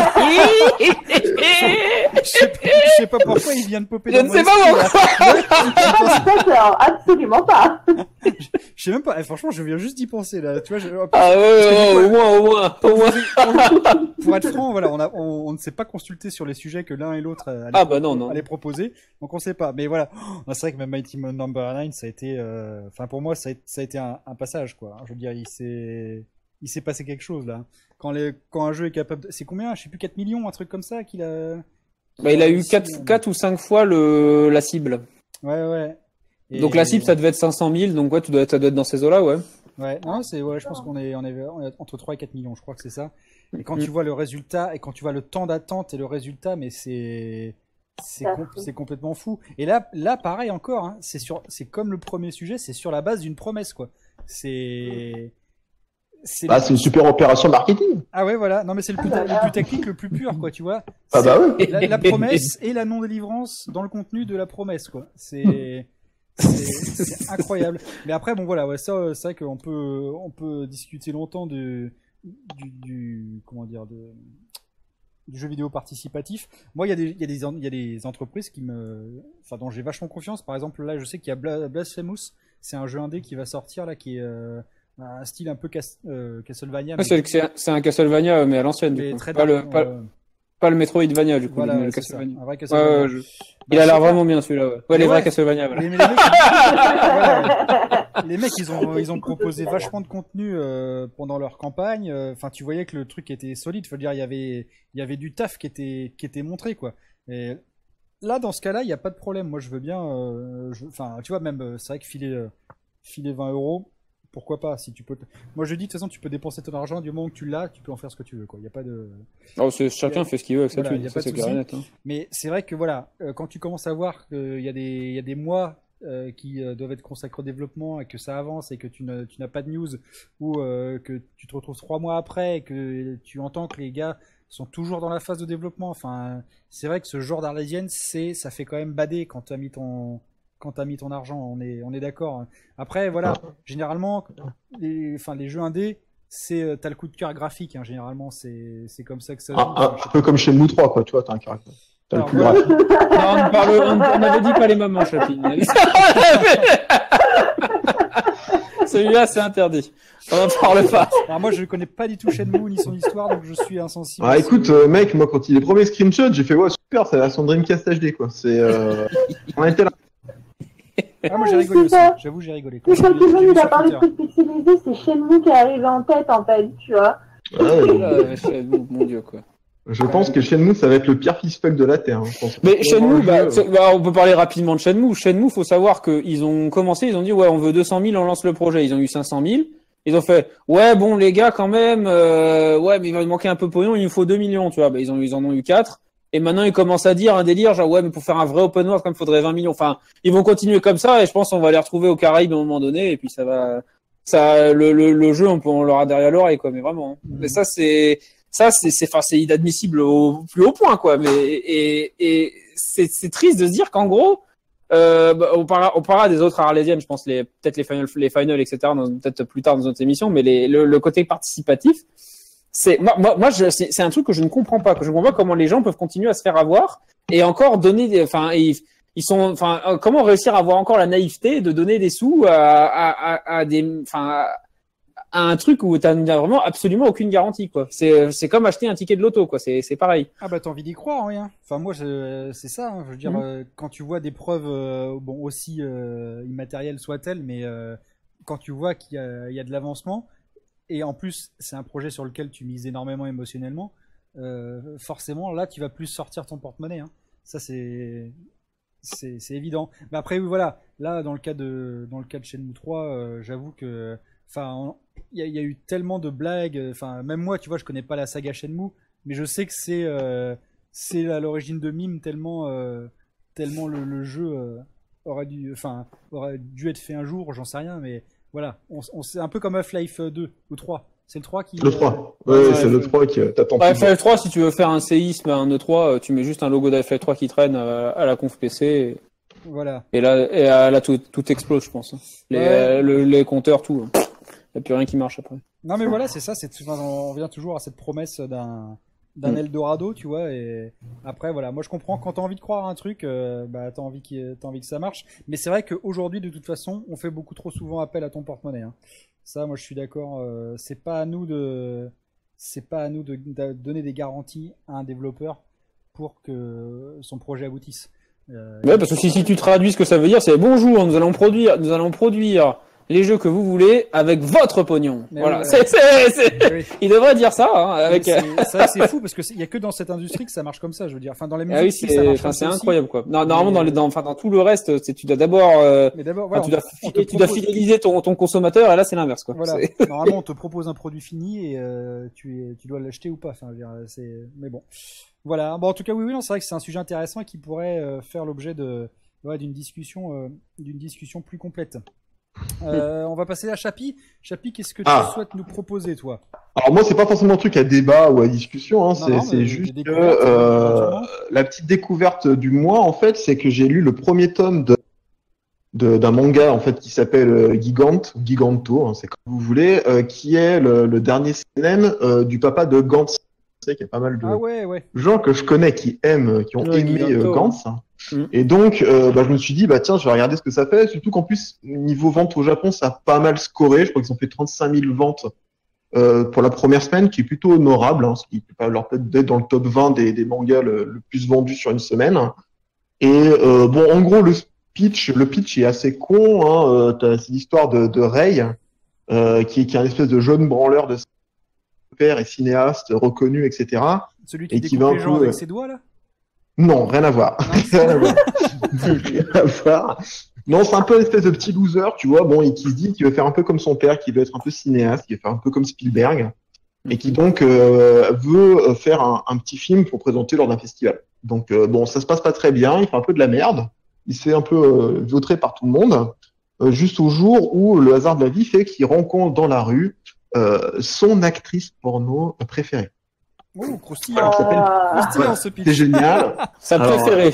sais pas, je sais pas pourquoi il vient de popper Je dans ne mon sais pas esprit, là. Pas d'accord, absolument pas. Je sais même pas. Eh, franchement, je viens juste d'y penser là. Tu vois, je- Ah ouais, ouais, Parce que ouais, du coup, au moins au moins au moins. pour être franc, voilà, on, a, on, on ne s'est pas consulté sur les sujets que l'un et l'autre allaient, Ah bah non, non. allaient proposer, donc on sait pas. Mais voilà, oh, c'est vrai que même Mighty Number Nine, ça a été, euh, enfin pour moi, ça a, ça a été un, un passage quoi. Je veux dire, il s'est, il s'est passé quelque chose là. Quand les, quand un jeu est capable, de... c'est combien? Je sais plus, quatre millions, un truc comme ça qu'il a. Bah, il a eu réussi, quatre euh, quatre ou cinq fois le la cible. Ouais, ouais. Et... Donc la cible, ça devait être cinq cent mille, donc ouais, tu dois être, ça doit être dans ces eaux-là, ouais. Ouais, non, c'est, ouais, je pense qu'on est, on est, on est entre trois et quatre millions, je crois que c'est ça. Et quand mmh. tu vois le résultat, et quand tu vois le temps d'attente et le résultat, mais c'est, c'est, com- c'est complètement fou. Et là, là, pareil encore, hein, c'est sur, c'est comme le premier sujet, c'est sur la base d'une promesse, quoi. C'est, c'est, bah, le... c'est une super opération marketing. Ah ouais, voilà. Non, mais c'est le plus, ta- le plus technique, le plus pur, quoi, tu vois. Ah bah oui. La, la promesse et la non-délivrance dans le contenu de la promesse, quoi. C'est, c'est, c'est incroyable. Mais après, bon, voilà, ouais, ça, c'est vrai qu'on peut, on peut discuter longtemps de, du, du, comment dire, de, du jeu vidéo participatif. Moi, il y a des, il y a des, il y a des entreprises qui me, enfin, dont j'ai vachement confiance. Par exemple, là, je sais qu'il y a Bla- Blasphemous. C'est un jeu indé qui va sortir, là, qui est, euh, un style un peu cas- euh, Castlevania. Ah, c'est, c'est, un, c'est un Castlevania, mais à l'ancienne, du coup. Très pas, dark, le, pas, euh... pas le Metroidvania, du coup. Voilà, le, le Castlevania. Castlevania. Un vrai Castlevania. Ouais, ouais, je... bah, il a l'air vraiment bien, celui-là, ouais. Ouais, les ouais, vrais Castlevania, voilà. Les, les, mecs, voilà. Les mecs, ils ont, ils ont proposé vachement de contenu euh, pendant leur campagne. Enfin, euh, tu voyais que le truc était solide. Faut dire, il y avait, il y avait du taf qui était, qui était montré, quoi. Et là, dans ce cas-là, il n'y a pas de problème. Moi, je veux bien. Enfin, euh, tu vois, même, c'est vrai que filer, euh, filer vingt euros, pourquoi pas, si tu peux. Te... Moi, je dis, de toute façon, tu peux dépenser ton argent du moment que tu l'as, tu peux en faire ce que tu veux, quoi. Il y a pas de. Oh, c'est, chacun a... fait ce qu'il veut avec voilà, sa thune. Ça, c'est clair et net, hein. Mais c'est vrai que voilà, euh, quand tu commences à voir qu'il y a des, il y a des mois. Euh, qui euh, doivent être consacrés au développement et que ça avance et que tu, ne, tu n'as pas de news ou euh, que tu te retrouves trois mois après et que tu entends que les gars sont toujours dans la phase de développement. Enfin, c'est vrai que ce genre d'arlésienne, c'est, ça fait quand même bader quand tu as mis ton, quand t'as mis ton argent. On est, on est d'accord. Après, voilà, généralement, les, enfin, les jeux indés, c'est, t'as le coup de cœur graphique. Hein, généralement, c'est, c'est comme ça que ça. Ah, ah, un peu comme chez Shenmue trois, quoi. Tu vois, t'as un caractère. Alors, voilà. Non, on, parle, on, on avait dit pas les mamans, Chapine. Celui-là, c'est interdit. On n'en parle pas. Alors moi, je ne connais pas du tout Shenmue ni son histoire, donc je suis insensible. Ah, écoute, euh, mec, moi, quand il est premier screenshot, j'ai fait ouais, super, c'est la version Dreamcast H D, quoi. C'est, euh... on était là. Ah, moi, j'ai rigolé aussi. J'avoue, j'ai rigolé. Quand Kevin, il a parlé de trucs pixelisés, c'est Shenmue qui est arrivé en tête, en fait, tu vois. Ah, ouais. Ah, Shenmue, mon dieu, quoi. Je pense que Shenmue, ça va être le pire fist fuck de la Terre. Hein, je pense. Mais Shenmue, bah, bah, on peut parler rapidement de Shenmue. Shenmue, faut savoir qu'ils ont commencé, ils ont dit, ouais, on veut deux cent mille, on lance le projet. Ils ont eu cinq cent mille. Ils ont fait, ouais, bon, les gars, quand même, euh, ouais, mais il va manquer un peu de pognon, il nous faut deux millions, tu vois. Bah, ils ont, ils en ont eu quatre. Et maintenant, ils commencent à dire un délire, genre, ouais, mais pour faire un vrai open world, comme il faudrait vingt millions. Enfin, ils vont continuer comme ça, et je pense qu'on va les retrouver aux Caraïbes à un moment donné, et puis ça va, ça, le, le, le jeu, on peut, on l'aura derrière l'oreille, quoi, mais vraiment. Hein. Mais ça, c'est, ça, c'est, c'est, enfin, c'est inadmissible au plus haut point, quoi. Mais, et, et c'est, c'est triste de se dire qu'en gros, euh, bah, on parlera, on parlera des autres Arlésiennes, je pense, les, peut-être les finals, les finals, et cetera, dans, peut-être plus tard dans notre émission, mais les, le, le côté participatif, c'est, moi, moi, moi je, c'est, c'est un truc que je ne comprends pas, que je ne comprends pas comment les gens peuvent continuer à se faire avoir et encore donner des, enfin, ils, ils sont, enfin, comment réussir à avoir encore la naïveté de donner des sous à, à, à, à des, enfin, à un truc où t'as vraiment absolument aucune garantie, quoi. C'est, c'est comme acheter un ticket de loto, quoi. C'est, c'est pareil. Ah bah t'as envie d'y croire, rien. Enfin moi je, c'est ça. Hein. Je veux dire, mmh. euh, quand tu vois des preuves, euh, bon aussi euh, immatérielles soient-elles, mais euh, quand tu vois qu'il y a, il y a de l'avancement, et en plus c'est un projet sur lequel tu mises énormément émotionnellement, euh, forcément là tu vas plus sortir ton porte-monnaie. Hein. Ça c'est, c'est, c'est évident. Mais après oui, voilà. Là dans le cas de, dans le cas de Shenmue trois, euh, j'avoue que, enfin. Il y, y a eu tellement de blagues, enfin même moi tu vois je connais pas la saga Shenmue, mais je sais que c'est euh, c'est à l'origine de mimes tellement euh, tellement le, le jeu euh, aurait dû enfin aurait dû être fait un jour, j'en sais rien, mais voilà, on, on c'est un peu comme Half-Life deux ou trois. C'est le trois qui le trois. Euh, ouais, ouais, c'est le trois qui t'attend. Ouais, Half-Life trois, si tu veux faire un séisme à un E trois, tu mets juste un logo d'Half-Life trois qui traîne à, à la conf P C. Et... Voilà. Et là et là tout, tout explose, je pense. Les ouais. le, les compteurs tout. Il n'y a plus rien qui marche après. Non mais voilà, c'est ça, c'est, on revient toujours à cette promesse d'un, d'un mm. Eldorado, tu vois, et après voilà, moi je comprends, quand t'as envie de croire à un truc, euh, bah t'as envie, t'as envie que ça marche, mais c'est vrai qu'aujourd'hui de toute façon, on fait beaucoup trop souvent appel à ton porte-monnaie. Hein. Ça, moi je suis d'accord, euh, c'est pas à nous de, c'est pas à nous de, de donner des garanties à un développeur pour que son projet aboutisse. Euh, ouais, parce que si, si tu traduis ce que ça veut dire, c'est bonjour, nous allons produire, nous allons produire les jeux que vous voulez avec votre pognon. Mais voilà. oui, c'est, c'est, c'est... Oui. Il devrait dire ça. Hein, avec... C'est, c'est vrai que c'est fou parce que il y a que dans cette industrie que ça marche comme ça. Je veux dire, enfin dans la musique, ah oui, si, c'est, ça marche enfin, comme c'est ça incroyable aussi. quoi. Non, normalement Mais... dans les, dans, enfin dans tout le reste, c'est tu dois d'abord, euh... mais d'abord, voilà, enfin, tu dois, on, on tu propose... dois fidéliser ton ton consommateur et là c'est l'inverse quoi. Voilà. C'est... Normalement, on te propose un produit fini et euh, tu es, tu dois l'acheter ou pas. Enfin, je veux dire, c'est, mais bon, voilà. Bon, en tout cas, oui, oui, non, c'est vrai que c'est un sujet intéressant et qui pourrait euh, faire l'objet de ouais, d'une discussion, euh, d'une discussion plus complète. Euh, on va passer à Chapi. Chapi, qu'est-ce que tu Ah. souhaites nous proposer, toi? Alors moi, c'est pas forcément un truc à débat ou à discussion, hein. Non, c'est non, c'est mais juste des que découvertes, euh, éventuellement. la petite découverte du mois, en fait, c'est que j'ai lu le premier tome de de- d'un manga en fait qui s'appelle euh, Gigante, ou Giganto, hein, c'est comme vous voulez, euh, qui est le, le dernier C N N euh, du papa de Gantz. Je sais qu'il y a pas mal de Ah ouais, ouais. gens que je connais qui aiment, qui ont Ouais, aimé Giganto, euh, Gantz. Mm. Et donc, euh, bah, je me suis dit, bah tiens, je vais regarder ce que ça fait. Surtout qu'en plus, niveau vente au Japon, ça a pas mal scoré. Je crois qu'ils ont fait trente-cinq mille ventes euh, pour la première semaine, qui est plutôt honorable, hein, ce qui peut leur permettre d'être dans le top vingt des, des mangas le, le plus vendus sur une semaine. Et euh, bon, en gros, le pitch, le pitch est assez con. Hein, euh, t'as- c'est l'histoire de, de Rei, euh, qui, qui est un espèce de jeune branleur de père et cinéaste reconnu, et cetera. Celui qui Et qui découpe va un les gens peu, avec euh, ses doigts, là? Non, rien à voir. Non, Rien à voir. Rien à voir. Non, c'est un peu une espèce de petit loser, tu vois, bon, et qui se dit qu'il veut faire un peu comme son père, qui veut être un peu cinéaste, qui veut faire un peu comme Spielberg, et qui donc euh, veut faire un, un petit film pour présenter lors d'un festival. Donc euh, bon, ça se passe pas très bien, il fait un peu de la merde, il se fait un peu euh, vautrer par tout le monde, euh, juste au jour où le hasard de la vie fait qu'il rencontre dans la rue euh, son actrice porno préférée. Oh, croustillant. Alors, ça s'appelle Ah. Croustillant, Voilà. ce pitch. C'est génial. Sa Alors, préférée.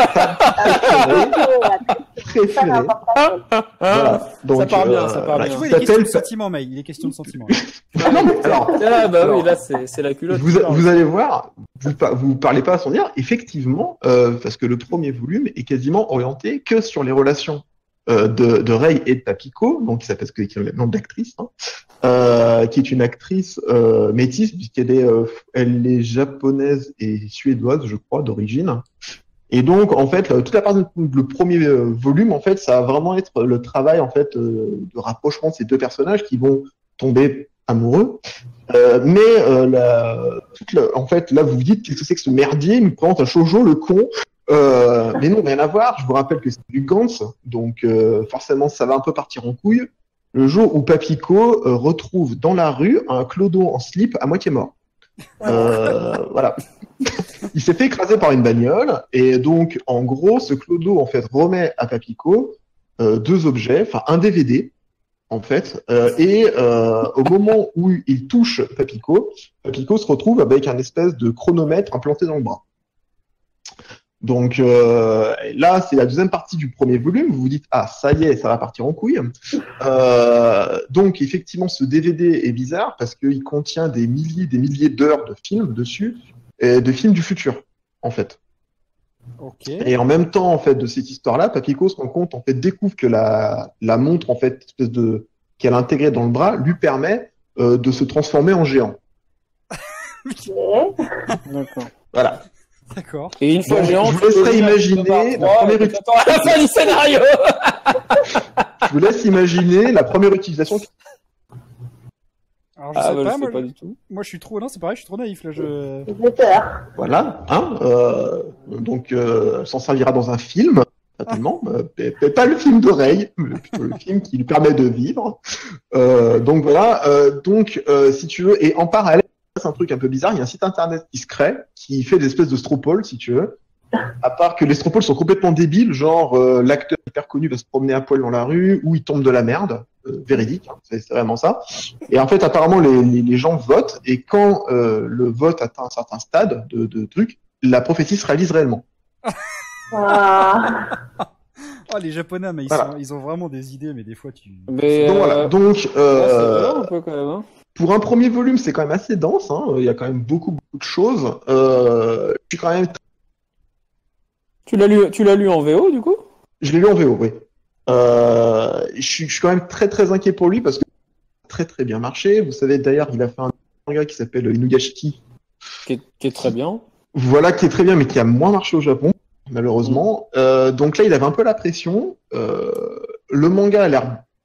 Préféré. Voilà. Donc, Ça part bien, euh, ça part voilà, Tu bien. vois, il il est question de s'appelle- sentiment, May. Il est question de sentiment. Non, mais alors, Ah bah Alors, oui, là c'est c'est la culotte. vous, qui parle. vous allez voir, vous, pa- vous parlez pas à son dire, effectivement, euh, parce que le premier volume est quasiment orienté que sur les relations euh, de, de Rei et de Papiko, donc qui s'appelle qui est le nom d'actrice, hein, euh, qui est une actrice euh, métisse puisqu'elle est, euh, elle est japonaise et suédoise, je crois, d'origine. Et donc, en fait, toute la partie le premier euh, volume, en fait, ça va vraiment être le travail en fait euh, de rapprochement de ces deux personnages qui vont tomber amoureux. Euh, mais euh, la, toute la- en fait, là, vous vous dites qu'est-ce que c'est que ce merdier? Il nous présente un shoujo, le con. Euh, mais non, rien à voir. Je vous rappelle que c'est du Gantz, donc euh, forcément, ça va un peu partir en couille. Le jour où Papiko euh, retrouve dans la rue un clodo en slip à moitié mort. Euh, voilà. Il s'est fait écraser par une bagnole et donc en gros ce clodo en fait remet à Papiko euh, deux objets, enfin un D V D en fait euh, et euh, au moment où il touche Papiko, Papiko se retrouve avec un espèce de chronomètre implanté dans le bras. Donc euh, là c'est la deuxième partie du premier volume. Vous vous dites ah ça y est ça va partir en couille. Euh, donc effectivement ce D V D est bizarre parce qu'il contient des milliers des milliers d'heures de films dessus. Et de films du futur, en fait. Ok. Et en même temps, en fait, de cette histoire-là, Papiko se rend compte, en fait, découvre que la, la montre, en fait, espèce de, qu'elle a intégrée dans le bras, lui permet euh, de se transformer en géant. Ok. D'accord. Voilà. D'accord. Et une fois Donc, géant, je vous tu peux laisserai dire imaginer que tu la peux voir première trois, et que t'attends à la fin du scénario. Je vous laisse imaginer la première utilisation. Alors, je Ah sais bah pas, je moi, sais pas du tout. moi, je suis trop, non, c'est pareil, je suis trop naïf, là, je... J'ai peur. Voilà. Hein, euh, donc, euh, s'en servira dans un film. Certainement, euh, peut-être pas le film d'oreille, mais plutôt le film qui lui permet de vivre. Euh, donc voilà. Euh, donc, euh, si tu veux, et en parallèle, c'est un truc un peu bizarre. Il y a un site internet qui se crée, qui fait des espèces de stropoles, si tu veux. À part que les stropoles sont complètement débiles, genre euh, l'acteur hyper connu va se promener à poil dans la rue ou il tombe de la merde, euh, véridique, hein, c'est c'est vraiment ça. Et en fait, apparemment, les, les, les gens votent et quand euh, le vote atteint un certain stade de, de truc, la prophétie se réalise réellement. Ah. Oh, les Japonais, mais ils, Voilà. sont, ils ont vraiment des idées, mais des fois, tu... Mais Donc euh, voilà. Donc ouais, c'est euh, violent un peu quand même. Hein. pour un premier volume, c'est quand même assez dense. Hein. Il y a quand même beaucoup beaucoup de choses. Euh, je suis quand même, Tu l'as lu, tu l'as lu en V O du coup? je l'ai lu en V O, oui. Euh, je suis, je suis quand même très très inquiet pour lui parce que ça a très très bien marché. Vous savez d'ailleurs, il a fait un manga qui s'appelle Inuyashiki. Qui est, qui est très bien. Voilà, qui est très bien, mais qui a moins marché au Japon, malheureusement. Euh, donc là, il avait un peu la pression. Euh, le manga a l'air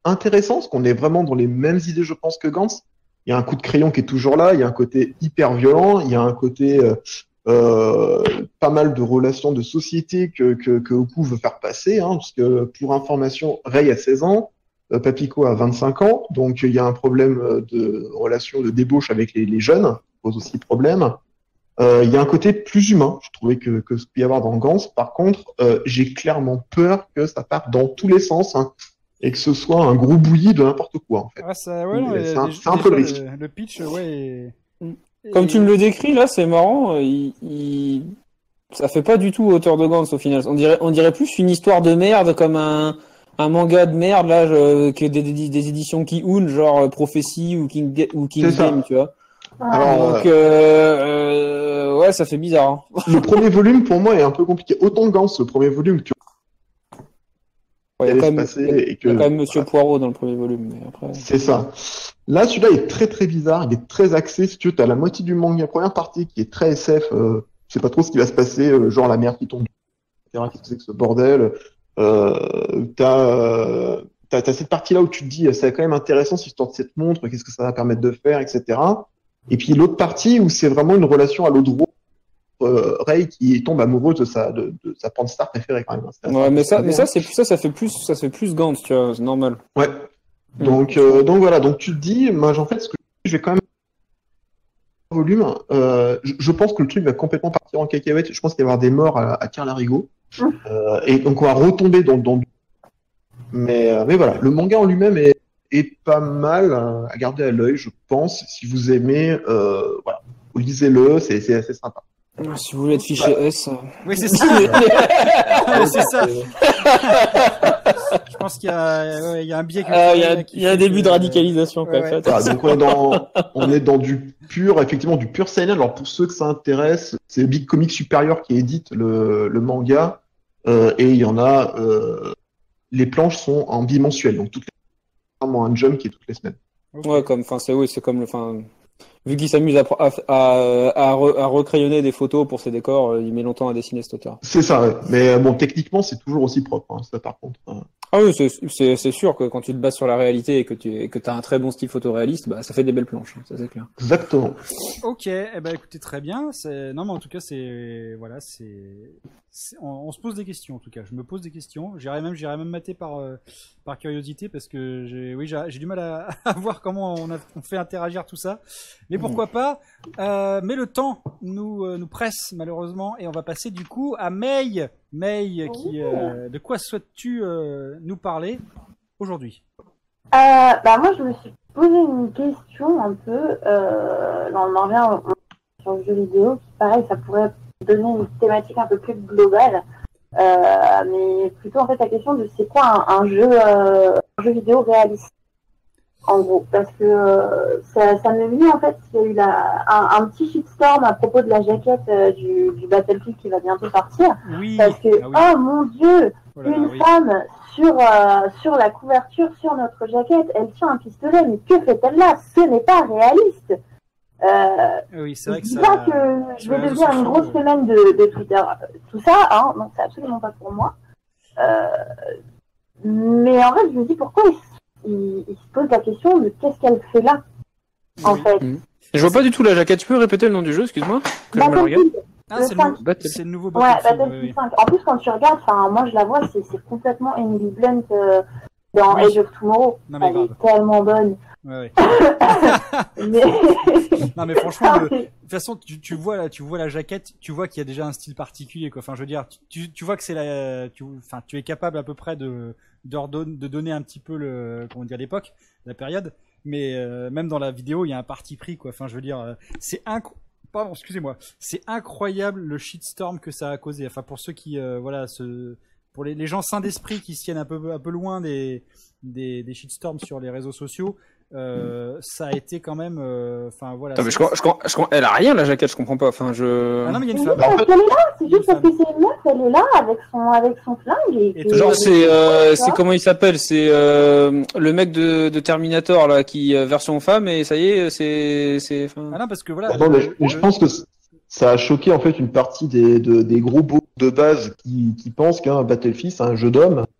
intéressant, parce qu'on est vraiment dans les mêmes idées, je pense, que Gantz. Il y a un coup de crayon qui est toujours là, il y a un côté hyper violent, il y a un côté euh, euh, pas mal de relations de société que, que, que Oku veut faire passer, hein, parce que pour information, Rei a seize ans, euh, Papiko a vingt-cinq ans, donc il y a un problème de relation de débauche avec les, les jeunes, ça pose aussi problème. Euh, il y a un côté plus humain, je trouvais que, que ce qu'il peut y avoir dans Gantz. Par contre, euh, j'ai clairement peur que ça parte dans tous les sens, hein, et que ce soit un gros bouilli de n'importe quoi, en fait. Ah, ça, ouais, non, c'est un, déjà, c'est un peu le risque. Le, le pitch, ouais. Est... Comme et... tu me le décris là, c'est marrant. Il, il... Ça fait pas du tout hauteur de Gantz au final. On dirait, on dirait plus une histoire de merde, comme un, un manga de merde là, je... que des, des, des éditions Ki-Un, genre Prophecy ou King ou King Game, tu vois. Alors, donc, euh, euh, ouais, ça fait bizarre. Hein. Le premier volume, pour moi, est un peu compliqué. Autant Gantz, le premier volume, que... Ouais, il y a quand même, passer il y a, et que... il y a quand même Monsieur Poirot dans le premier volume. Mais après... C'est ça. Là, celui-là est très très bizarre. Il est très axé. Si tu veux, t'as la moitié du manga, la première partie qui est très S F. Euh, je sais pas trop ce qui va se passer, euh, genre la mer qui tombe, et cetera. Qu'est-ce que c'est que ce bordel? Euh, t'as, euh, t'as, t'as cette partie-là où tu te dis, c'est quand même intéressant cette histoire de cette montre. Qu'est-ce que ça va permettre de faire, et cetera. Et puis l'autre partie où c'est vraiment une relation à l'eau de roi, euh, Rei qui tombe amoureux de sa de, de sa porn star préférée quand même. C'est ouais, mais ça, mais ça c'est ça, ça fait plus, ça fait plus Gantz, tu vois, c'est normal. Ouais. Mm. Donc euh, donc voilà, donc tu te dis, moi en fait, ce que je vais quand même volume. Euh, je, je pense que le truc va complètement partir en cacahuète. Je pense qu'il va y avoir des morts à, à Tire-Larigot. Mm. Euh, et donc on va retomber dans dans. Mais euh, mais voilà, le manga en lui-même est est pas mal à garder à l'œil, je pense. Si vous aimez, euh, voilà, lisez-le, c'est, c'est assez sympa. Si vous voulez être fiché ouais. S. Oui, c'est ça. ouais, c'est ça. Je pense qu'il y a, ouais, il y a un biais. Euh, il y a, il y a un début que... de radicalisation, quoi, ouais, en fait. Voilà, donc on est dans, on est dans du pur, effectivement, du pur seinen. Alors pour ceux que ça intéresse, c'est Big Comic Superior qui édite le, le manga, euh, et il y en a, euh, les planches sont en bimensuel, donc toutes les un jump qui est toutes les semaines. Ouais, comme, enfin, c'est oui, c'est comme le, enfin, vu qu'il s'amuse à, à, à, à, re, à recrayonner des photos pour ses décors, il met longtemps à dessiner cet auteur. C'est ça, ouais. Mais bon, techniquement, c'est toujours aussi propre, hein, ça par contre. Ah oui, c'est, c'est, c'est sûr que quand tu te bases sur la réalité et que tu, et que t'as un très bon style photoréaliste, bah, ça fait des belles planches, ça c'est clair. Exactement. Ok, eh ben, écoutez, très bien. C'est... Non, mais en tout cas, c'est, voilà, c'est, c'est... On, on se pose des questions, en tout cas. Je me pose des questions. J'irai même, j'irai même mater par, euh, par curiosité parce que j'ai, oui, j'ai, j'ai du mal à, à voir comment on, a, on fait interagir tout ça. Mais pourquoi pas, euh, mais le temps nous, euh, nous presse, malheureusement, et on va passer, du coup, à May. May, qui, euh, de quoi souhaites-tu euh, nous parler aujourd'hui? euh, bah moi, je me suis posé une question un peu euh, dans le manga sur le jeu vidéo, qui pareil, ça pourrait donner une thématique un peu plus globale, euh, mais plutôt en fait la question de c'est quoi un, un jeu, euh, un jeu vidéo réaliste, en gros, parce que euh, ça, ça m'est venu en fait, il y a eu la, un, un petit shitstorm à propos de la jaquette euh, du, du Battlefield qui va bientôt sortir, oui, parce que ah oui. oh mon dieu, oh là, une oui. femme sur euh, sur la couverture, sur notre jaquette, elle tient un pistolet, mais que fait-elle là? Ce n'est pas réaliste. Euh, oui, c'est vrai que je dis ça... pas que je vais devenir une grosse semaine de, de Twitter, tout ça, hein, non, c'est absolument pas pour moi. Euh, mais en fait, je me dis pourquoi ils Il, il se pose la question de qu'est-ce qu'elle fait là, en oui. fait. Mmh. Je vois pas du tout la jaquette. Tu peux répéter le nom du jeu, excuse-moi que Battlefield. Ah, c'est, le nouveau, c'est le nouveau Battlefield. Ouais, Battlefield oui. cinq. En plus, quand tu regardes, enfin, moi je la vois, c'est, c'est complètement Emily Blunt euh, dans oui. Age of Tomorrow. Non, elle grave. Est tellement bonne. Ouais, ouais. mais... non mais franchement, le... de toute façon, tu, tu vois là, tu vois la jaquette, tu vois qu'il y a déjà un style particulier, quoi. Enfin, je veux dire, tu, tu vois que c'est la, tu, enfin, tu es capable à peu près de, de, de donner un petit peu le, comment dire, l'époque, la période. Mais euh, même dans la vidéo, il y a un parti pris, quoi. Enfin, je veux dire, euh, c'est incroyable. Pardon, excusez-moi. C'est incroyable le shitstorm que ça a causé. Enfin, pour ceux qui, euh, voilà, se, pour les, les gens sains d'esprit qui se tiennent un peu, un peu loin des, des, des shitstorms sur les réseaux sociaux. Euh, ça a été quand même, enfin euh, voilà. Attends, mais je crois, je crois, je crois, elle a rien la jaquette, je comprends pas. Enfin, je. Ah non mais il y a une oui, femme. Parce qu'elle est là, c'est juste parce que c'est une meuf, elle est là avec son, avec son flingue. Et, et genre c'est, euh, c'est comment il s'appelle, c'est euh, le mec de, de Terminator là, qui euh, version femme et ça y est, c'est, c'est. Fin... Ah non parce que voilà. Attends, mais je, je pense que ça a choqué en fait une partie des, de, des gros beaux de base qui, qui pensent qu'un Battlefield c'est un jeu d'homme.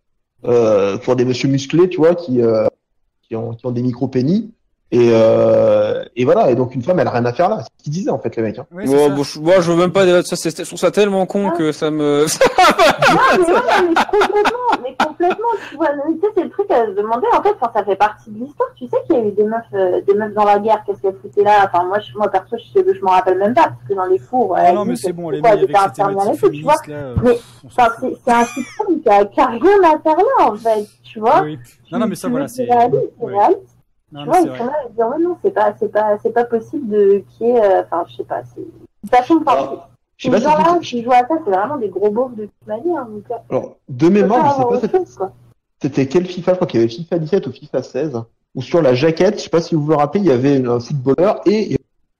euh, pour des messieurs musclés, tu vois, qui euh, qui ont qui ont des micro pénis. Et, euh, et voilà, et donc une femme, elle a rien à faire là. C'est ce qu'il disait en fait, le mec. Hein. Oui, bon, bon, je, moi, je veux même pas. Ça, c'est, je trouve ça tellement con ah. que ça me. non, mais, ouais, mais complètement, mais complètement. Tu vois, tu sais, c'est le truc à se demander. En fait, enfin, ça fait partie de l'histoire. Tu sais qu'il y a eu des meufs, euh, des meufs dans la guerre. Qu'est-ce qu'elles foutaient là? Enfin, moi, je, moi perso, je, je m'en rappelle même pas parce que dans les fours. Ah non, mais c'est bon, les mecs avec cette thématique féministe là. Euh, mais enfin, c'est, c'est un système qui a, qui a rien à faire là, en fait. Tu vois? Oui. Non, non, mais ça, voilà, c'est réaliste, c'est réaliste. Non, tu vois, ils sont là à dire, ouais, non, c'est pas, c'est pas, c'est pas possible de, qu'il y ait, enfin, je sais pas, c'est, de toute façon, enfin, ces gens-là qui jouent à ça, c'est vraiment des gros beaufs de toute manière, donc, alors, de mémoire, je sais pas, c'était, c'était quel FIFA, je crois qu'il y avait FIFA dix-sept ou FIFA seize, où sur la jaquette, je sais pas si vous vous rappelez, il y avait un footballeur et,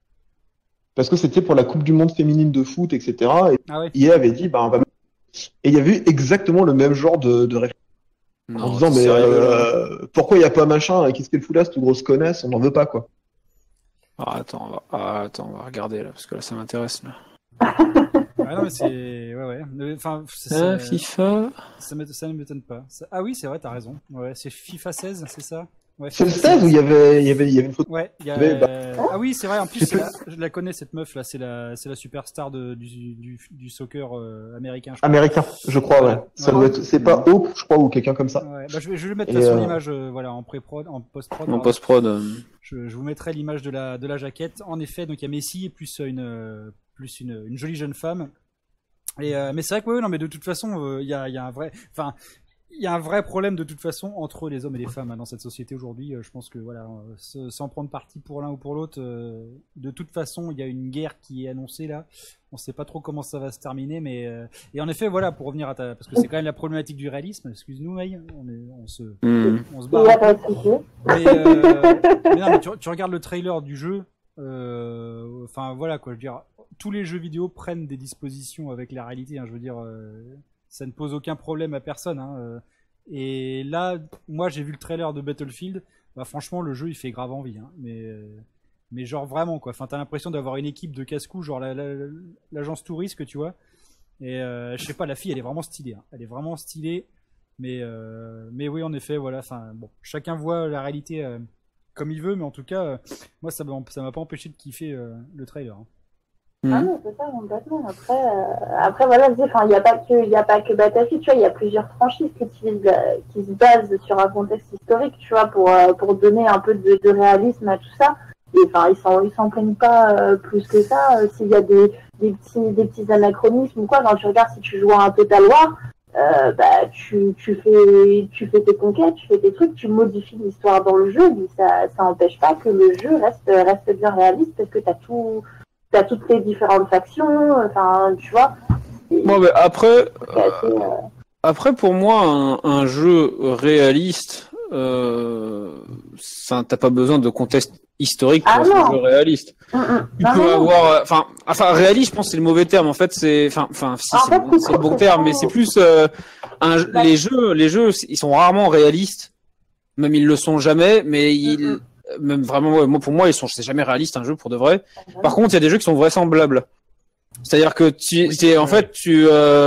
parce que c'était pour la Coupe du Monde féminine de foot, et cetera, et ah ouais. Il avait dit, bah, on va, et il y avait eu exactement le même genre de, de réflexion. Non, en disant mais euh, pourquoi il n'y a pas machin, qu'est-ce qu'elle fout là cette grosse connasse, on n'en veut pas quoi. Ah, attends, on va... ah, attends, on va regarder là parce que là ça m'intéresse là. Ah non mais c'est ouais ouais. Enfin c'est, ah, c'est... FIFA. Ça ne ça m'étonne pas. Ça... Ah oui c'est vrai t'as raison. Ouais c'est FIFA seize c'est ça. Ouais, c'est le seize où il y avait il y avait il y avait une photo. Ouais. Y a... avait, bah... Ah oui c'est vrai en plus la... je la connais cette meuf là c'est la c'est la superstar de du du, du soccer euh, américain. Je crois. Américain je crois ouais. Ça ouais. Doit être... c'est pas Hope je crois ou quelqu'un comme ça. Ouais bah je vais je vais le mettre là euh... sur l'image euh, voilà en pré-prod en post-prod. En post-prod. Euh... Je, je vous mettrai l'image de la de la jaquette. En effet donc il y a Messi et plus une plus une une jolie jeune femme. Et euh, mais c'est vrai que ouais, non mais de toute façon il euh, y a il y a un vrai enfin il y a un vrai problème de toute façon entre les hommes et les femmes hein, dans cette société aujourd'hui. Euh, je pense que voilà, euh, sans prendre parti pour l'un ou pour l'autre, euh, de toute façon il y a une guerre qui est annoncée là. On sait pas trop comment ça va se terminer, mais euh... et en effet voilà pour revenir à ta parce que c'est quand même la problématique du réalisme. Excuse-nous Maï, on, est... on se mmh. on se barre. Mais, euh... mais non mais tu, tu regardes le trailer du jeu. Euh... Enfin voilà quoi, je veux dire tous les jeux vidéo prennent des dispositions avec la réalité. Hein, je veux dire. Euh... Ça ne pose aucun problème à personne. Hein. Et là, moi, j'ai vu le trailer de Battlefield. Bah, franchement, le jeu, il fait grave envie. Hein. Mais, mais genre vraiment, quoi. Enfin, t'as l'impression d'avoir une équipe de casse-cou, genre la, la, l'agence touriste que tu vois. Et euh, je sais pas, la fille, elle est vraiment stylée. Hein. Elle est vraiment stylée. Mais, euh, mais oui, en effet, voilà. Enfin, bon, chacun voit la réalité euh, comme il veut. Mais en tout cas, euh, moi, ça m'a, ça m'a pas empêché de kiffer euh, le trailer. Hein. Ah non, c'est ça, complètement. Après, euh, après voilà, il n'y a pas que, il y a pas que Battlefield, tu vois, il y a plusieurs franchises qui, utilisent, euh, qui se basent sur un contexte historique, tu vois, pour, euh, pour donner un peu de, de réalisme à tout ça. Et enfin, ils s'en, ils s'en plaignent pas euh, plus que ça. Euh, s'il y a des, des petits, des petits anachronismes ou quoi, quand tu regardes si tu joues à un Total War, euh, bah, tu, tu fais, tu fais tes conquêtes, tu fais tes trucs, tu modifies l'histoire dans le jeu, mais ça, ça empêche pas que le jeu reste, reste bien réaliste parce que t'as tout, t'as toutes les différentes factions, enfin, tu vois. Bon, mais après, assez, euh... après pour moi, un, un jeu réaliste, euh, ça, t'as pas besoin de contexte historique pour ah un jeu réaliste. Mmh, mmh. Tu non, peux non, avoir, enfin, enfin, réaliste, je pense que c'est le mauvais terme. En fait, c'est, enfin, enfin, si, c'est, fait, bon, c'est le bon terme, mais c'est plus euh, un, bah, les jeux, les jeux, ils sont rarement réalistes. Même ils le sont jamais, mais ils mmh. Même vraiment, ouais, moi, pour moi, ils sont, c'est jamais réaliste un jeu pour de vrai. Par contre, il y a des jeux qui sont vraisemblables. C'est-à-dire que tu, oui, c'est, en fait, tu, euh,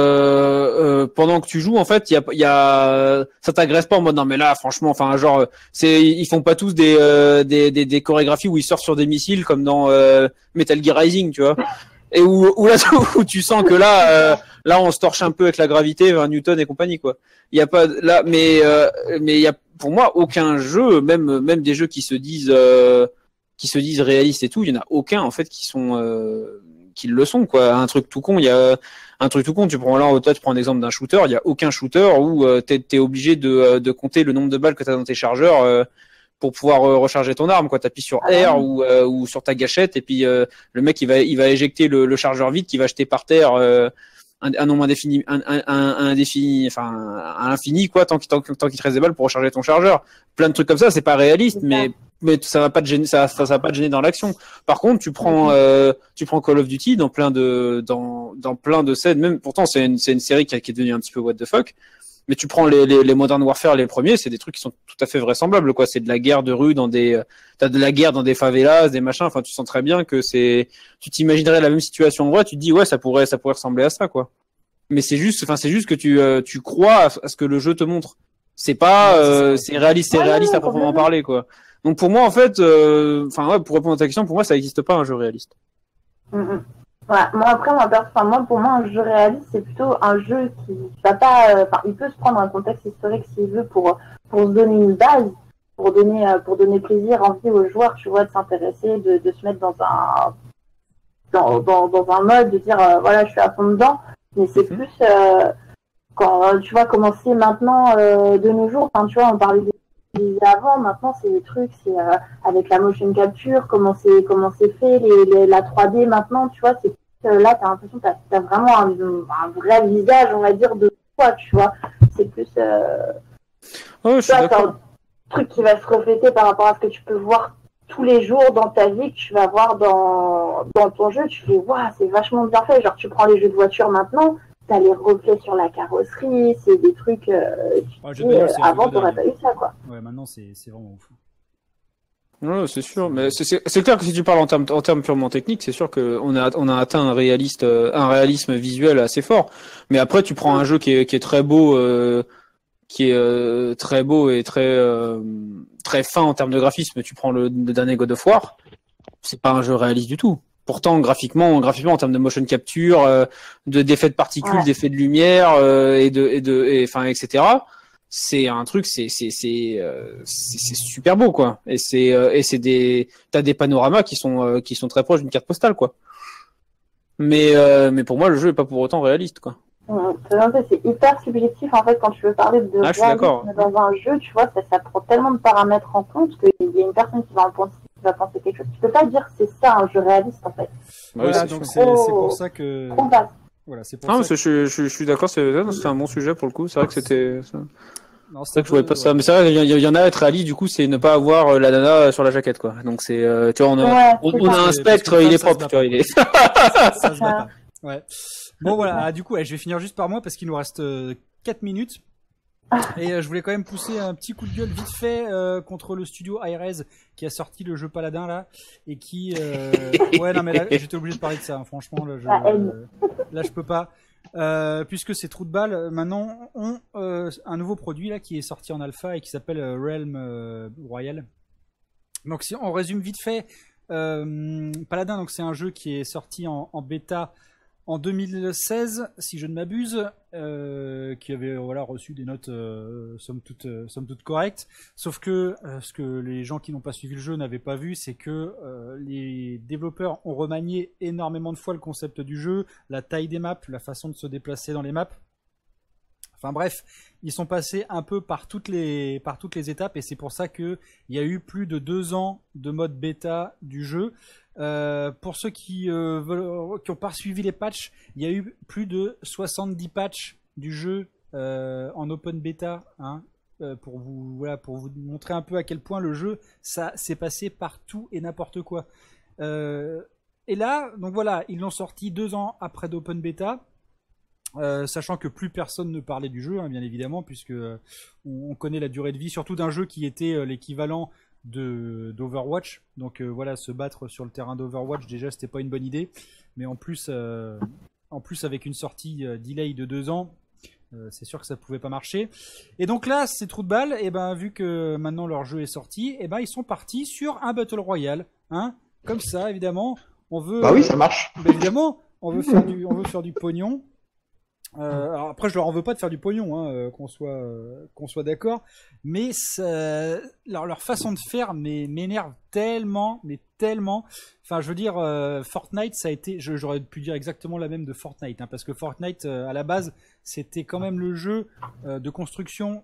euh, pendant que tu joues, en fait, il y a, il y a, ça t'agresse pas en mode non mais là, franchement, enfin, genre, c'est, ils font pas tous des, euh, des, des, des chorégraphies où ils sortent sur des missiles comme dans euh, Metal Gear Rising, tu vois. Et où, où là, où tu sens que là, euh, là, on se torche un peu avec la gravité, vingt Newton et compagnie, quoi. Il y a pas là, mais, euh, mais il y a, pour moi, aucun jeu, même, même des jeux qui se disent, euh, qui se disent réalistes et tout, il y en a aucun en fait qui sont, euh, qui le sont, quoi. Un truc tout con, il y a un truc tout con. Tu prends là, toi, tu prends un exemple d'un shooter, il y a aucun shooter où euh, t'es, t'es obligé de, de compter le nombre de balles que t'as dans tes chargeurs. Euh, pour pouvoir euh, recharger ton arme, quoi. T'appuies sur R ah, ou, euh, ou sur ta gâchette et puis euh, le mec il va il va éjecter le, le chargeur vide qui va jeter par terre euh, un, un nombre indéfini, un, un, un, un indéfini, enfin un infini, quoi, tant qu'il tant, tant qu'il te reste des balles pour recharger ton chargeur. Plein de trucs comme ça, c'est pas réaliste, c'est mais ça. mais ça va pas te gêner, ça, ça ça va pas te gêner dans l'action. Par contre, tu prends euh, tu prends Call of Duty dans plein de dans dans plein de scènes, même pourtant c'est une c'est une série qui, qui est devenue un petit peu what the fuck. Mais tu prends les, les, les Modern Warfare, les premiers, c'est des trucs qui sont tout à fait vraisemblables, quoi. C'est de la guerre de rue dans des, t'as de la guerre dans des favelas, des machins. Enfin, tu sens très bien que c'est, tu t'imaginerais la même situation en vrai, tu te dis, ouais, ça pourrait, ça pourrait ressembler à ça, quoi. Mais c'est juste, enfin, c'est juste que tu, euh, tu crois à, à ce que le jeu te montre. C'est pas, euh, c'est réaliste, c'est réaliste à proprement parler, quoi. Donc pour moi, en fait, enfin euh, ouais, pour répondre à ta question, pour moi, ça n'existe pas un jeu réaliste. Mm-hmm. Ouais, moi après, moi, enfin, moi, pour moi, un jeu réaliste, c'est plutôt un jeu qui va pas, enfin, euh, il peut se prendre un contexte historique s'il veut pour pour se donner une base, pour donner euh, pour donner plaisir, envie aux joueurs, tu vois, de s'intéresser, de, de se mettre dans un dans dans, dans un mode, de dire euh, voilà, je suis à fond dedans. Mais c'est mm-hmm. plus euh, quand tu vois commencer maintenant euh, de nos jours, enfin, tu vois, on parlait des avant, maintenant c'est des trucs, c'est euh, avec la motion capture, comment c'est comment c'est fait, les, les, la trois D maintenant, tu vois, c'est euh, là t'as l'impression que t'as, t'as vraiment un, un vrai visage, on va dire, de toi, tu vois, c'est plus euh, oh, je suis vois, d'accord. un truc qui va se refléter par rapport à ce que tu peux voir tous les jours dans ta vie, que tu vas voir dans dans ton jeu, tu fais waouh, c'est vachement bien fait, genre tu prends les jeux de voiture maintenant, t'as les reflets sur la carrosserie, c'est des trucs. Euh, ouais, dis, euh, avant, t'aurais pas eu ça, quoi. Ouais, maintenant, c'est, c'est vraiment ouf. Ouais, c'est sûr, mais c'est, c'est, c'est clair que si tu parles en termes, en termes purement techniques, c'est sûr qu'on a, on a atteint un réaliste, un réalisme visuel assez fort. Mais après, tu prends un jeu qui est, qui est très beau, euh, qui est euh, très beau et très, euh, très fin en termes de graphisme. Tu prends le, le dernier God of War, c'est pas un jeu réaliste du tout. Pourtant, graphiquement, graphiquement, en termes de motion capture, euh, de d'effets de particules, ouais. d'effets de lumière, euh, et de, et de, et, enfin, et cetera. C'est un truc, c'est, c'est, c'est, euh, c'est, c'est super beau, quoi. Et c'est, euh, et c'est des, t'as des panoramas qui sont, euh, qui sont très proches d'une carte postale, quoi. Mais, euh, mais pour moi, le jeu est pas pour autant réaliste, quoi. C'est hyper subjectif, en fait, quand tu veux parler de ah, réalisme dans un jeu, tu vois, ça, ça prend tellement de paramètres en compte qu'il y a une personne qui va en penser. Va penser quelque chose. Tu peux pas dire que c'est ça un jeu réaliste en fait. Voilà, ouais, donc c'est, c'est pour ça que. Voilà, c'est pour non, ça. Que... Je, je, je suis d'accord, c'est, c'est un bon sujet pour le coup. C'est vrai que c'était. Non, c'est vrai que je voyais pas ouais. ça, mais c'est vrai, il y, y en a être réaliste du coup, c'est ne pas avoir la nana sur la jaquette quoi. Donc c'est, euh, tu vois, on a, ouais, on, on a un spectre, il est propre, tu vois, il est. ça, ça se bat pas. Ouais. Bon voilà, du coup, ouais, je vais finir juste par moi parce qu'il nous reste euh, quatre minutes. Et euh, je voulais quand même pousser un petit coup de gueule vite fait euh, contre le studio Hi-Rez qui a sorti le jeu Paladin là et qui euh... ouais non mais là j'étais obligé de parler de ça hein, franchement là je euh, là je peux pas euh, puisque c'est trou de balle maintenant on euh, un nouveau produit là qui est sorti en alpha et qui s'appelle euh, Realm euh, Royal. Donc si on résume vite fait euh, Paladin donc c'est un jeu qui est sorti en, en bêta en deux mille seize, si je ne m'abuse, euh, qui avait voilà reçu des notes euh, somme toute euh, somme toute correctes. Sauf que euh, ce que les gens qui n'ont pas suivi le jeu n'avaient pas vu, c'est que euh, les développeurs ont remanié énormément de fois le concept du jeu, la taille des maps, la façon de se déplacer dans les maps. Enfin bref, ils sont passés un peu par toutes les par toutes les étapes et c'est pour ça que il y a eu plus de deux ans de mode bêta du jeu. Euh, pour ceux qui euh, veulent, qui ont pas suivi les patchs, il y a eu plus de soixante-dix patchs du jeu euh, en open bêta, hein, euh, pour vous voilà pour vous montrer un peu à quel point le jeu ça s'est passé par tout et n'importe quoi. Euh, et là, donc voilà, ils l'ont sorti deux ans après d'open bêta. Euh, sachant que plus personne ne parlait du jeu, hein, bien évidemment, puisque euh, on, on connaît la durée de vie, surtout d'un jeu qui était euh, l'équivalent de d'Overwatch. Donc euh, voilà, se battre sur le terrain d'Overwatch, déjà, c'était pas une bonne idée. Mais en plus, euh, en plus avec une sortie euh, delay de deux ans, euh, c'est sûr que ça pouvait pas marcher. Et donc là, ces trous de balle, et ben vu que maintenant leur jeu est sorti, et ben ils sont partis sur un Battle Royale, hein, comme ça, évidemment. On veut. Bah oui, ça marche. Euh, bah, évidemment, on veut faire du, on veut faire du pognon. Euh, alors après, je leur en veux pas de faire du pognon, hein, euh, qu'on soit, euh, qu'on soit d'accord, mais ça, leur, leur façon de faire mais, m'énerve tellement, mais tellement. Enfin, je veux dire, euh, Fortnite, ça a été, je, j'aurais pu dire exactement la même de Fortnite, hein, parce que Fortnite, euh, à la base, c'était quand même le jeu euh, de construction.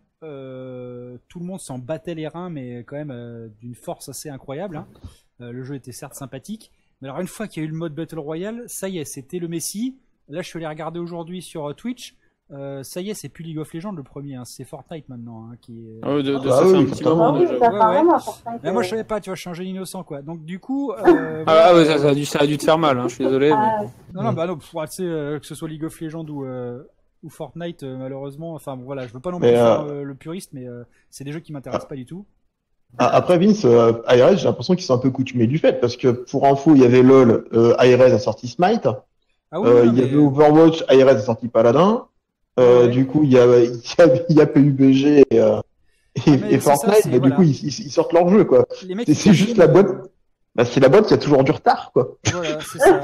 Euh, tout le monde s'en battait les reins, mais quand même euh, d'une force assez incroyable. Hein. Euh, le jeu était certes sympathique, mais alors une fois qu'il y a eu le mode Battle Royale, ça y est, c'était le Messi. Là, je suis allé regarder aujourd'hui sur Twitch. Euh, ça y est, c'est plus League of Legends le premier, hein. C'est Fortnite maintenant hein, qui est. Ah ouais, de, de ah ça oui, fait un petit moment déjà. Ouais, ouais. Mais moi, je savais pas. Tu vois, je suis un jeune innocent, quoi. Donc du coup. Euh, ah voilà, ouais, ça, ça, a dû, ça a dû te faire mal. Hein, je suis désolé. Ah, mais... Non, non, bah non. Tu sais, euh, que ce soit League of Legends ou euh, ou Fortnite, euh, malheureusement. Enfin, bon, voilà, je veux pas non plus faire euh, le puriste, mais euh, c'est des jeux qui m'intéressent ah. pas du tout. Après Vince, euh, Hi-Rez, j'ai l'impression qu'ils sont un peu coutumés du fait, parce que pour info, il y avait LoL, euh, Hi-Rez a sorti Smite. Ah oui, euh, il y mais... avait Overwatch, Hi-Rez a sorti Paladin. Euh, Ouais. Du coup, il y a, il y a, il y a P U B G et, euh, et, Ah, mais et c'est ça, Fortnite, c'est- mais voilà. du coup, ils, ils, ils sortent leur jeu, quoi. Les mecs, C'est ils c'est juste la terminent, boîte. Bah, c'est la boîte qui a toujours du retard, quoi. Voilà, c'est ça.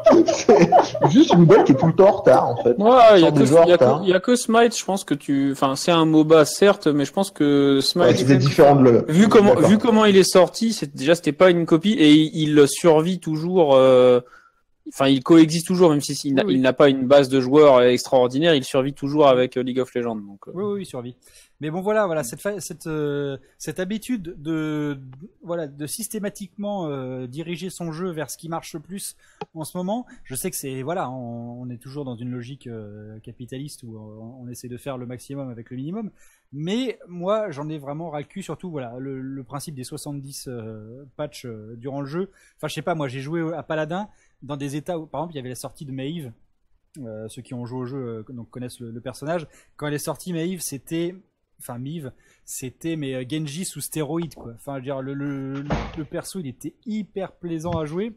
C'est juste une boîte qui est tout le temps en retard, en fait. Ouais, il y a Sort que, des jeux en il y a retard. que, il y a que Smite, je pense que tu, enfin, c'est un MOBA, certes, mais je pense que Ouais, Smite, c'était différent de le. vu comment, D'accord. vu comment il est sorti, c'est, déjà, c'était pas une copie et il, il survit toujours, euh, enfin, il coexiste toujours, même si il n'a Oui, oui. il n'a pas une base de joueurs extraordinaire, il survit toujours avec euh, League of Legends. Donc, euh. Oui, oui, oui, survie. Mais bon, voilà, voilà, cette, fa- cette, euh, cette habitude de, voilà, de systématiquement euh, diriger son jeu vers ce qui marche le plus en ce moment. Je sais que c'est, voilà, on, on est toujours dans une logique euh, capitaliste où on, on essaie de faire le maximum avec le minimum. Mais moi, j'en ai vraiment ras le cul, surtout, voilà, le, le principe des soixante-dix euh, patchs euh, durant le jeu. Enfin, je sais pas, moi, j'ai joué à Paladin dans des états où, par exemple, il y avait la sortie de Maeve. Euh, ceux qui ont joué au jeu euh, donc connaissent le, le personnage. Quand elle est sortie, Maeve, c'était, enfin Mive, c'était mais euh, Genji sous stéroïde quoi. Enfin, je veux dire le, le, le perso, il était hyper plaisant à jouer.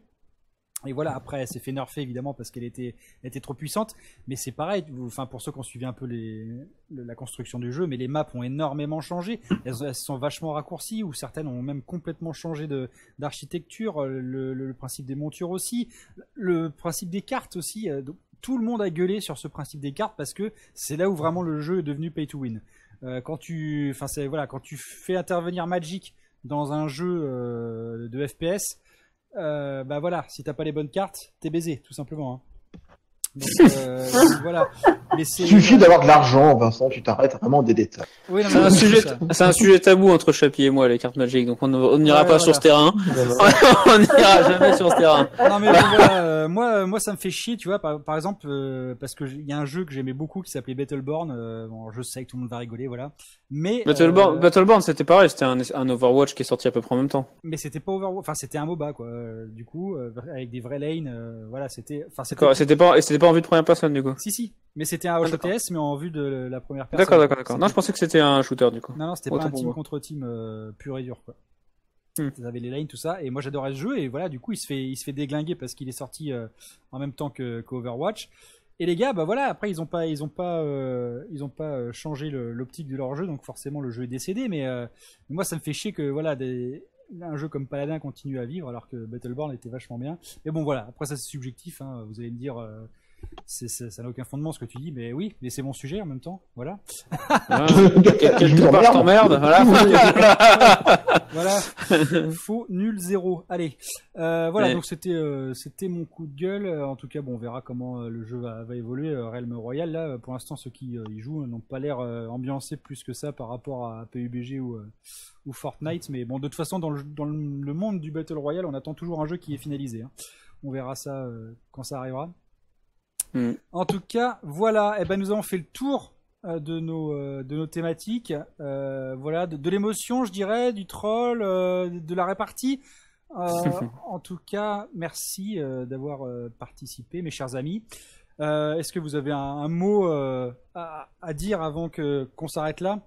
Et voilà, après, elle s'est fait nerfer évidemment parce qu'elle était, elle était trop puissante. Mais c'est pareil, vous- enfin pour ceux qui ont suivi un peu les, le- la construction du jeu, mais les maps ont énormément changé. Elles, elles sont vachement raccourcies ou certaines ont même complètement changé de d'architecture. Le, le, le principe des montures aussi, le principe des cartes aussi. euh, donc, tout le monde a gueulé sur ce principe des cartes parce que c'est là où vraiment le jeu est devenu pay to win. Euh, quand tu, enfin c'est voilà, quand tu fais intervenir Magic dans un jeu euh, de F P S, euh, bah voilà, si t'as pas les bonnes cartes, t'es baisé, tout simplement. Hein. Donc, euh, voilà. Mais c'est. Il suffit d'avoir de l'argent, Vincent, tu t'arrêtes vraiment des détails. Oui, non, mais C'est un c'est sujet, ça. c'est un sujet tabou entre Chapi et moi, les cartes Magic, donc on ne- on n'ira Ouais, pas voilà. sur ce terrain. On n'ira jamais sur ce terrain. Non mais bon, voilà, euh, moi, euh, moi ça me fait chier, tu vois, par, par exemple, euh, parce que il y a un jeu que j'aimais beaucoup qui s'appelait Battleborn. Euh, bon, je sais que tout le monde va rigoler, voilà. Mais Battleborn, euh, Battleborn, c'était pareil, c'était un, un Overwatch qui est sorti à peu près en même temps. mais c'était pas Overwatch, enfin c'était un MOBA quoi. Euh, du coup, euh, avec des vraies lanes, euh, voilà, c'était, enfin c'était. D'accord, c'était pas, et c'était pas en vue de première personne, du coup. Si si, mais c'était un Ah, H O d'accord. T S mais en vue de la première personne. D'accord, d'accord, d'accord. C'était- Non, je pensais que c'était un shooter, du coup. Non non, c'était Autant pas un pour team moi. contre team euh, pur et dur quoi. Hmm. Vous avez les lanes tout ça et moi j'adorais ce jeu et voilà, du coup il se fait, il se fait déglinguer parce qu'il est sorti euh, en même temps que qu'Overwatch. Et les gars, bah voilà, après ils ont pas, ils ont pas, euh, ils ont pas euh, changé le- l'optique de leur jeu, donc forcément le jeu est décédé. Mais euh, moi, ça me fait chier que voilà, des, un jeu comme Paladin continue à vivre alors que Battleborn était vachement bien. Mais bon, voilà, après ça c'est subjectif. Hein, vous allez me dire, euh, c'est, c'est- ça n'a aucun fondement ce que tu dis, mais oui, mais c'est mon sujet en même temps. Voilà, Voilà. Je Quelque vous part, je emmerde. t'emmerde, voilà. voilà, faux, nul, zéro. Allez, euh, voilà, Ouais. donc c'était, euh, c'était mon coup de gueule. Euh, En tout cas, bon, on verra comment euh, le jeu va, va évoluer. Euh, Realm Royal, là, euh, pour l'instant, ceux qui euh, y jouent n'ont pas l'air euh, ambiancés plus que ça par rapport à P U B G ou, euh, ou Fortnite. Mais bon, de toute façon, dans le, dans le le monde du Battle Royale, on attend toujours un jeu qui est finalisé. Hein. On verra ça euh, quand ça arrivera. Mm. En tout cas, voilà, eh ben, nous avons fait le tour euh, de nos, euh, de nos thématiques. Euh, voilà, de, de l'émotion, je dirais, du troll, euh, de la répartie. Euh, en tout cas, merci euh, d'avoir euh, participé, mes chers amis. Euh, Est-ce que vous avez un, un mot euh, à, à dire avant que qu'on s'arrête là?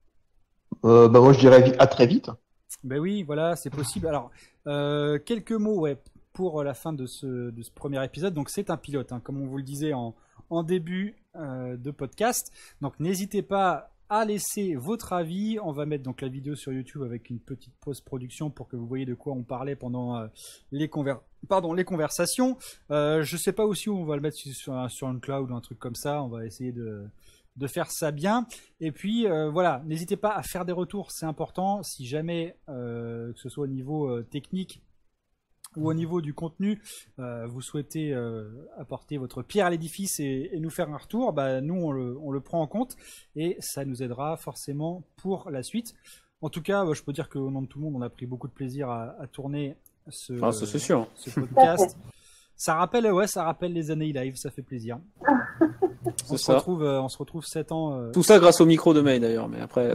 Euh, bah moi je dirais vi- à très vite. Ben oui, voilà, c'est possible. Alors, euh, quelques mots, ouais, pour la fin de ce, de ce premier épisode. Donc, c'est un pilote, hein, comme on vous le disait en, en début euh, de podcast. Donc, n'hésitez pas à laisser votre avis. On va mettre donc la vidéo sur YouTube avec une petite post-production pour que vous voyez de quoi on parlait pendant euh, les conver- pardon, les conversations. Euh, je sais pas aussi où on va le mettre sur, sur un, sur un cloud ou un truc comme ça. On va essayer de de faire ça bien. Et puis euh, voilà, n'hésitez pas à faire des retours, c'est important. Si jamais, euh, que ce soit au niveau euh, technique ou au niveau du contenu, euh, vous souhaitez euh, apporter votre pierre à l'édifice et, et nous faire un retour, bah, nous on le, on le prend en compte et ça nous aidera forcément pour la suite. En tout cas, je peux dire qu'au nom de tout le monde, on a pris beaucoup de plaisir à, à tourner ce, Ah, ça, c'est sûr. ce podcast. Ça rappelle, ouais, ça rappelle les années live, ça fait plaisir. On C'est se, ça. retrouve, euh, on se retrouve sept ans. euh, Tout ça grâce au micro de May d'ailleurs, mais après.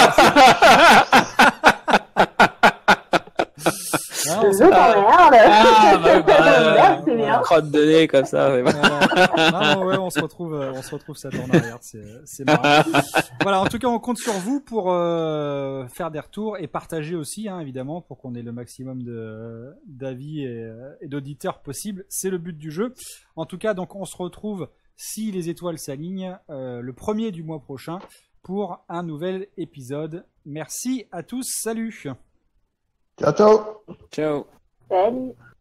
Ah, on Je se- t'emmerde. Ah, bah, bah, C'est bien. crotte de nez comme ça. ouais. Voilà. Non, ouais, on se retrouve, euh, on se retrouve sept ans en arrière, c'est, c'est marrant. Voilà, en tout cas, on compte sur vous pour euh, faire des retours et partager aussi, hein, évidemment, pour qu'on ait le maximum de d'avis et, et d'auditeurs possibles. C'est le but du jeu. En tout cas, donc, on se retrouve si les étoiles s'alignent, euh, le premier du mois prochain pour un nouvel épisode. Merci à tous, salut. Ciao, ciao. Ciao. Salut.